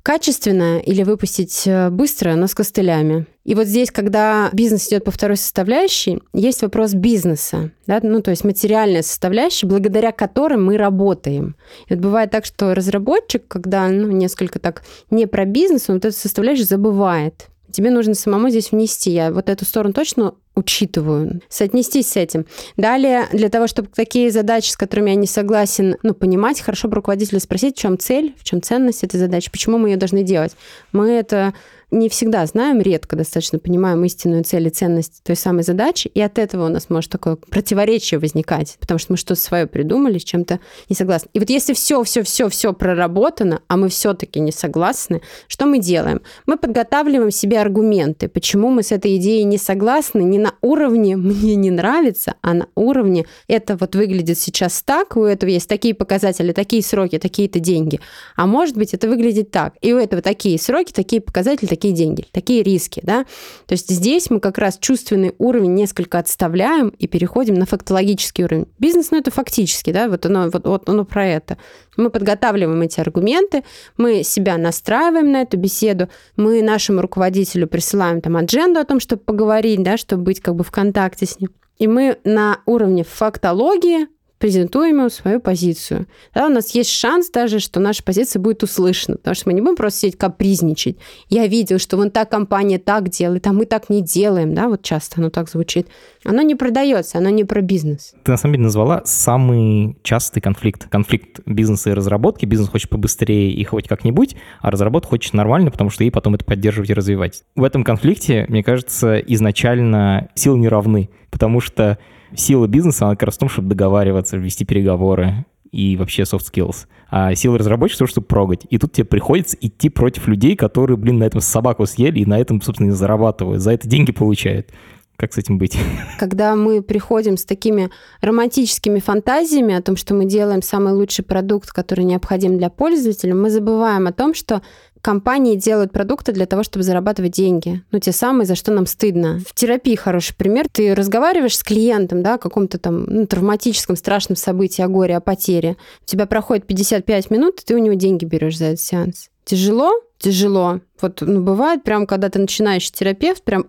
качественно или выпустить быстро, но с костылями. И вот здесь, когда бизнес идет по второй составляющей, есть вопрос бизнеса, да? То есть материальная составляющая, благодаря которой мы работаем. И вот бывает так, что разработчик, когда несколько так не про бизнес, он вот эту составляющую забывает. Тебе нужно самому здесь внести. Я вот эту сторону точно учитываю, соотнестись с этим. Далее, для того, чтобы такие задачи, с которыми я не согласен, понимать, хорошо бы руководителя спросить, в чем цель, в чем ценность этой задачи, почему мы ее должны делать. Мы это не всегда знаем, редко достаточно понимаем истинную цель и ценность той самой задачи, и от этого у нас может такое противоречие возникать, потому что мы что-то свое придумали, с чем-то не согласны. И вот если все проработано, а мы все-таки не согласны, что мы делаем? Мы подготавливаем себе аргументы, почему мы с этой идеей не согласны, не на уровне «мне не нравится», а на уровне «это вот выглядит сейчас так, у этого есть такие показатели, такие сроки, такие-то деньги, а может быть это выглядит так, и у этого такие сроки, такие показатели, такие деньги, такие риски, да. То есть здесь мы как раз чувственный уровень несколько отставляем и переходим на фактологический уровень. Бизнес, это фактически, да, вот оно про это. Мы подготавливаем эти аргументы, мы себя настраиваем на эту беседу, мы нашему руководителю присылаем там адженду о том, чтобы поговорить, да, чтобы быть как бы в контакте с ним. И мы на уровне фактологии презентуем ему свою позицию. Да, у нас есть шанс даже, что наша позиция будет услышана, потому что мы не будем просто сидеть капризничать. Я видел, что вон та компания так делает, а мы так не делаем. Да, вот часто оно так звучит. Оно не продается, оно не про бизнес. Ты на самом деле назвала самый частый конфликт. Конфликт бизнеса и разработки. Бизнес хочет побыстрее и хоть как-нибудь, а разработка хочет нормально, потому что ей потом это поддерживать и развивать. В этом конфликте, мне кажется, изначально силы не равны, потому что сила бизнеса, она как раз в том, чтобы договариваться, вести переговоры и вообще soft skills. А сила разработчика в том, чтобы прогать. И тут тебе приходится идти против людей, которые, на этом собаку съели и на этом, собственно, и зарабатывают. За это деньги получают. Как с этим быть? Когда мы приходим с такими романтическими фантазиями о том, что мы делаем самый лучший продукт, который необходим для пользователя, мы забываем о том, что компании делают продукты для того, чтобы зарабатывать деньги. Те самые, за что нам стыдно. В терапии хороший пример. Ты разговариваешь с клиентом, да, о каком-то там травматическом, страшном событии, о горе, о потере. У тебя проходит 55 минут, и ты у него деньги берешь за этот сеанс. Тяжело? Тяжело. Бывает прям, когда ты начинающий терапевт, прям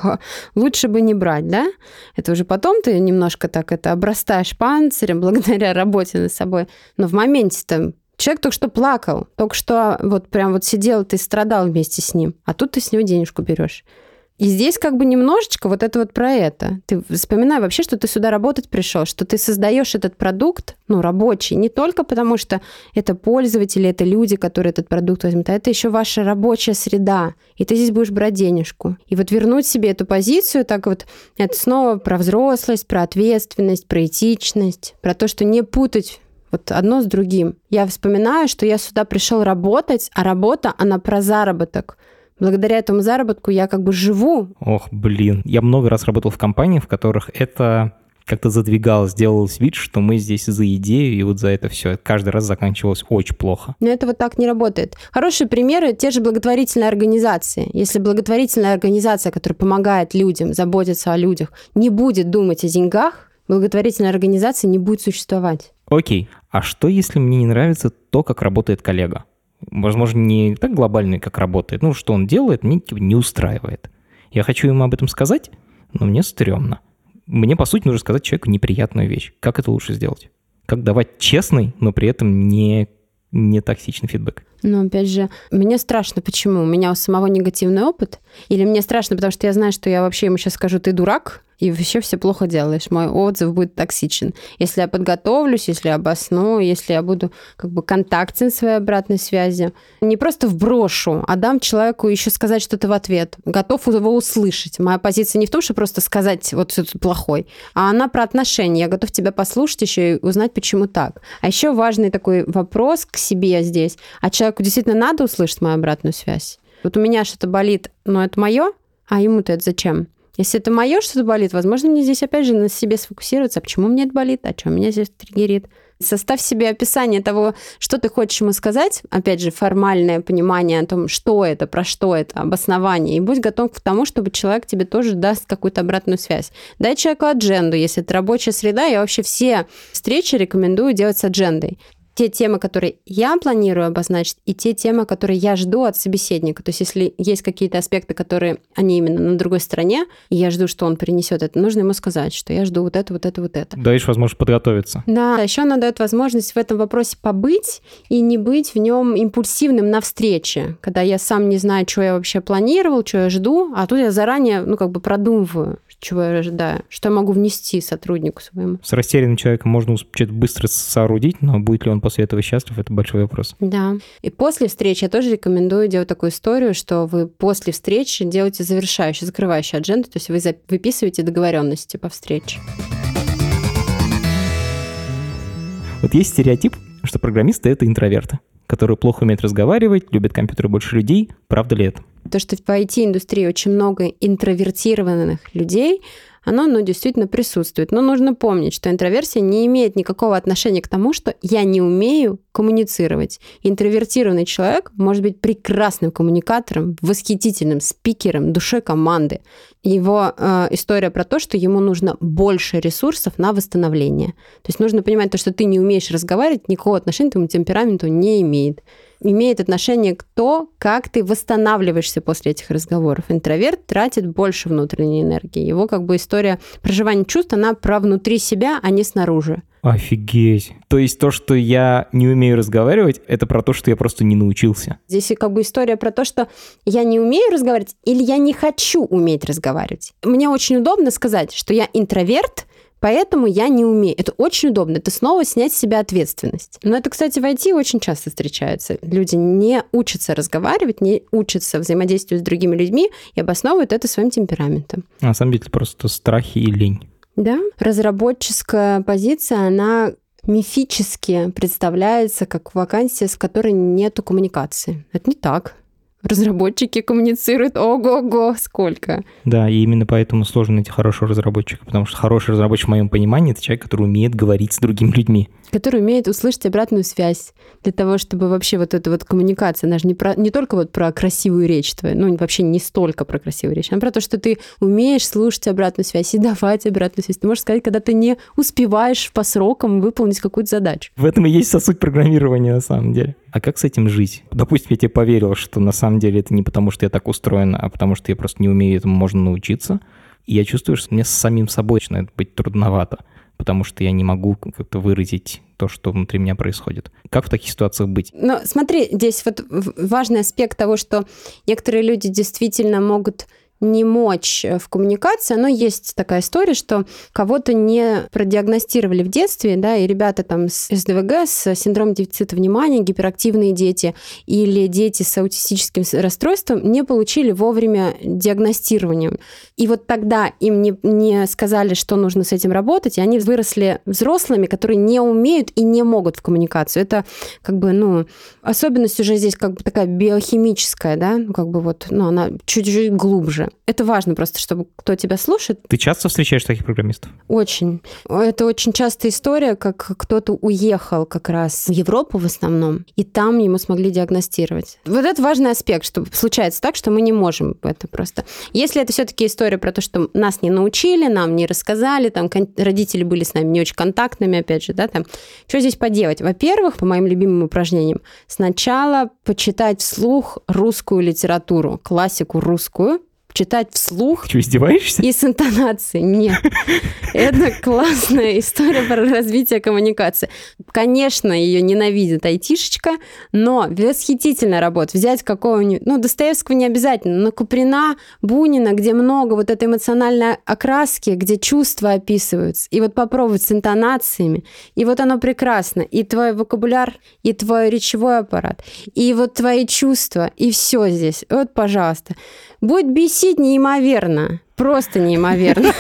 лучше бы не брать, да? Это уже потом ты немножко так обрастаешь панцирем благодаря работе над собой. Но в моменте-то человек только что плакал, только что прям сидел, ты страдал вместе с ним, а тут ты с него денежку берешь. И здесь немножечко это про это. Ты вспоминай вообще, что ты сюда работать пришел, что ты создаешь этот продукт, рабочий, не только потому, что это пользователи, это люди, которые этот продукт возьмут, а это еще ваша рабочая среда, и ты здесь будешь брать денежку. И вернуть себе эту позицию, это снова про взрослость, про ответственность, про этичность, про то, что не путать одно с другим. Я вспоминаю, что я сюда пришел работать, а работа, она про заработок. Благодаря этому заработку я живу. Ох, блин. Я много раз работал в компаниях, в которых это как-то задвигалось, делалось вид, что мы здесь за идею, и за это все каждый раз заканчивалось очень плохо. Но это так не работает. Хорошие примеры — те же благотворительные организации. Если благотворительная организация, которая помогает людям, заботится о людях, не будет думать о деньгах, благотворительная организация не будет существовать. Окей. А что, если мне не нравится то, как работает коллега? Возможно, не так глобально, как работает. Что он делает, мне не устраивает. Я хочу ему об этом сказать, но мне стрёмно. Мне, по сути, нужно сказать человеку неприятную вещь. Как это лучше сделать? Как давать честный, но при этом не токсичный фидбэк? Опять же, мне страшно. Почему? У меня у самого негативный опыт? Или мне страшно, потому что я знаю, что я вообще ему сейчас скажу: ты дурак, и вообще все плохо делаешь. Мой отзыв будет токсичен. Если я подготовлюсь, если я обосную, если я буду контактен в своей обратной связи, не просто вброшу, а дам человеку еще сказать что-то в ответ. Готов его услышать. Моя позиция не в том, что просто сказать что ты плохой, а она про отношения. Я готов тебя послушать еще и узнать, почему так. А еще важный такой вопрос к себе здесь. А человеку действительно надо услышать мою обратную связь? У меня что-то болит, но это мое, а ему-то это зачем? Если это мое что-то болит, возможно, мне здесь опять же на себе сфокусироваться, а почему мне это болит, а что меня здесь триггерит. Составь себе описание того, что ты хочешь ему сказать, опять же, формальное понимание о том, что это, про что это, обоснование, и будь готов к тому, чтобы человек тебе тоже даст какую-то обратную связь. Дай человеку адженду, если это рабочая среда, я вообще все встречи рекомендую делать с аджендой. те темы, которые я планирую обозначить, и те темы, которые я жду от собеседника. То есть если есть какие-то аспекты, которые, они именно на другой стороне, и я жду, что он принесет это, нужно ему сказать, что я жду вот это, вот это, вот это. Даешь возможность подготовиться. Да, еще она дает возможность в этом вопросе побыть и не быть в нем импульсивным на встрече, когда я сам не знаю, что я вообще планировал, что я жду, а тут я заранее, продумываю, чего я ожидаю, что я могу внести сотруднику своему. С растерянным человеком можно что-то быстро соорудить, но будет ли он после этого счастлив, это большой вопрос. Да. И после встречи я тоже рекомендую делать такую историю, что вы после встречи делаете завершающую, закрывающую адженду, то есть вы выписываете договоренности по встрече. Вот есть стереотип, что программисты — это интроверты, которые плохо умеют разговаривать, любят компьютеры больше людей. Правда ли это? То, что в IT-индустрии очень много интровертированных людей, оно действительно присутствует. Но нужно помнить, что интроверсия не имеет никакого отношения к тому, что я не умею коммуницировать. Интровертированный человек может быть прекрасным коммуникатором, восхитительным спикером, душой команды. Его история про то, что ему нужно больше ресурсов на восстановление. То есть нужно понимать, что ты не умеешь разговаривать, никакого отношения к твоему темпераменту не имеет. Имеет отношение к тому, как ты восстанавливаешься после этих разговоров. Интроверт тратит больше внутренней энергии. Его история проживания чувств, она про внутри себя, а не снаружи. Офигеть. То есть то, что я не умею разговаривать, это про то, что я просто не научился. Здесь история про то, что я не умею разговаривать или я не хочу уметь разговаривать. Мне очень удобно сказать, что я интроверт, поэтому я не умею. Это очень удобно. Это снова снять с себя ответственность. Но это, кстати, в IT очень часто встречается. Люди не учатся разговаривать, не учатся взаимодействовать с другими людьми и обосновывают это своим темпераментом. На самом деле просто страхи и лень. Да. Разработческая позиция, она мифически представляется как вакансия, с которой нету коммуникации. Это не так. Разработчики коммуницируют ого-го сколько. Да, и именно поэтому сложно найти хорошего разработчика, потому что хороший разработчик, в моем понимании, это человек, который умеет говорить с другими людьми. Который умеет услышать обратную связь для того, чтобы вообще эта коммуникация, она же не только про красивую речь твою, вообще не столько про красивую речь, а про то, что ты умеешь слушать обратную связь и давать обратную связь. Ты можешь сказать, когда ты не успеваешь по срокам выполнить какую-то задачу. В этом и есть суть программирования на самом деле. А как с этим жить? Допустим, я тебе поверил, что на самом деле это не потому, что я так устроен, а потому что я просто не умею, этому можно научиться. И я чувствую, что мне с самим собой начинает быть трудновато, потому что я не могу как-то выразить то, что внутри меня происходит. Как в таких ситуациях быть? Смотри, здесь важный аспект того, что некоторые люди действительно могут не мочь в коммуникации, но есть такая история, что кого-то не продиагностировали в детстве, да, и ребята с СДВГ, с синдромом дефицита внимания, гиперактивные дети или дети с аутистическим расстройством не получили вовремя диагностирования. И тогда им не сказали, что нужно с этим работать, и они выросли взрослыми, которые не умеют и не могут в коммуникацию. Это особенность уже здесь такая биохимическая, да, она чуть-чуть глубже. Это важно просто, чтобы кто тебя слушает. Ты часто встречаешь таких программистов? Очень. Это очень частая история, как кто-то уехал как раз в Европу в основном, и там ему смогли диагностировать. Это важный аспект, что случается так, что мы не можем это просто. Если это все-таки история про то, что нас не научили, нам не рассказали, родители были с нами не очень контактными, опять же, да, что здесь поделать? Во-первых, по моим любимым упражнениям, сначала почитать вслух русскую литературу, классику русскую, читать вслух. Что, издеваешься? И с интонацией. Нет. Это классная история про развитие коммуникации. Конечно, ее ненавидит айтишечка, но восхитительная работа. Взять какого-нибудь, Достоевского не обязательно, но Куприна, Бунина, где много этой эмоциональной окраски, где чувства описываются. И попробовать с интонациями. И оно прекрасно. И твой вокабуляр, и твой речевой аппарат, и твои чувства, и все здесь. Пожалуйста. Будет бесить неимоверно. Просто неимоверно.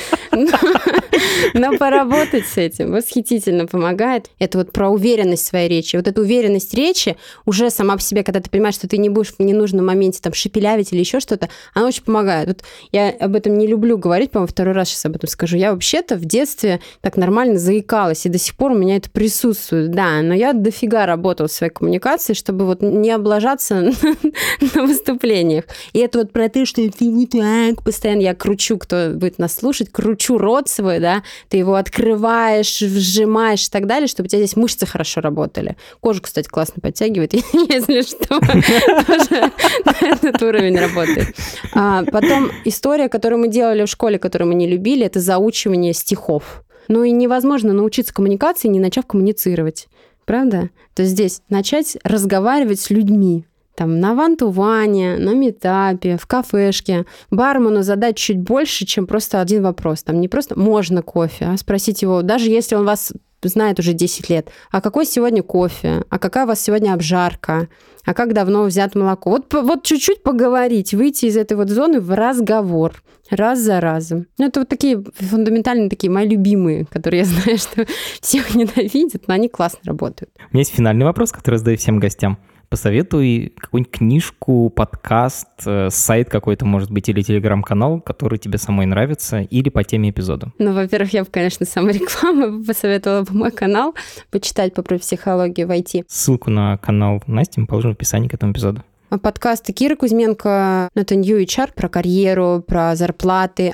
Но поработать с этим восхитительно помогает. Это про уверенность в своей речи. Эта уверенность речи уже сама по себе, когда ты понимаешь, что ты не будешь в ненужном моменте шепелявить или еще что-то, она очень помогает. Я об этом не люблю говорить, по-моему, второй раз сейчас об этом скажу. Я вообще-то в детстве так нормально заикалась, и до сих пор у меня это присутствует. Да, но я дофига работала в своей коммуникации, чтобы не облажаться на выступлениях. И это про то, что ты так постоянно, я кручу, кто будет нас слушать, кручу мочу рот свой, да, ты его открываешь, вжимаешь и так далее, чтобы у тебя здесь мышцы хорошо работали. Кожу, кстати, классно подтягивает, если что. Тоже на этот уровень работает. Потом история, которую мы делали в школе, которую мы не любили, это заучивание стихов. Ну и невозможно научиться коммуникации, не начав коммуницировать. Правда? То есть здесь начать разговаривать с людьми. Там на ван-ту-ване, на митапе, в кафешке. Бармену задать чуть больше, чем просто один вопрос. Там не просто «можно кофе?», а спросить его, даже если он вас знает уже 10 лет, а какой сегодня кофе? А какая у вас сегодня обжарка? А как давно взято молоко? Вот чуть-чуть поговорить, выйти из этой вот зоны в разговор. Раз за разом. Ну, это вот такие фундаментальные, такие мои любимые, которые я знаю, что всех ненавидят, но они классно работают. У меня есть финальный вопрос, который задаю всем гостям. Посоветуй какую-нибудь книжку, подкаст, сайт какой-то, может быть, или телеграм-канал, который тебе самой нравится, или по теме эпизода. Ну, во-первых, я бы, конечно, саморекламу посоветовала бы мой канал почитать по психологии в IT. Ссылку на канал Насти мы положим в описании к этому эпизоду. Подкасты Киры Кузьменко, это New HR, про карьеру, про зарплаты.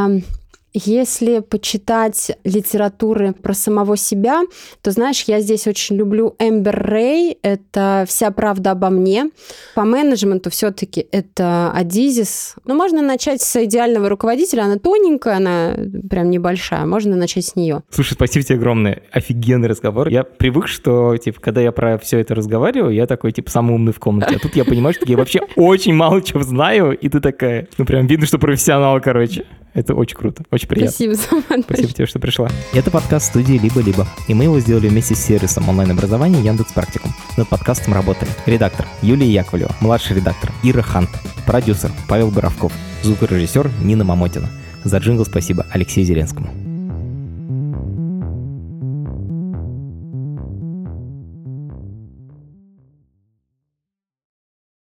Если почитать литературы про самого себя, то, знаешь, я здесь очень люблю Эмбер Рэй, это «Вся правда обо мне». По менеджменту все-таки это Адизис. Но можно начать с «Идеального руководителя», она тоненькая, она прям небольшая, можно начать с нее. Слушай, спасибо тебе огромное, офигенный разговор. Я привык, что, когда я про все это разговариваю, я такой, самый умный в комнате. А тут я понимаю, что я вообще очень мало чего знаю, и ты такая, прям видно, что профессионал, короче. Это очень круто, очень приятно. Спасибо, Саман. Спасибо тебе, что пришла. Это подкаст студии «Либо-либо», и мы его сделали вместе с сервисом онлайн-образования Яндекс.Практикум. Над подкастом работали редактор Юлия Яковлева, младший редактор Ира Хант, продюсер Павел Боровков, звукорежиссер Нина Мамотина. За джингл спасибо Алексею Зеленскому.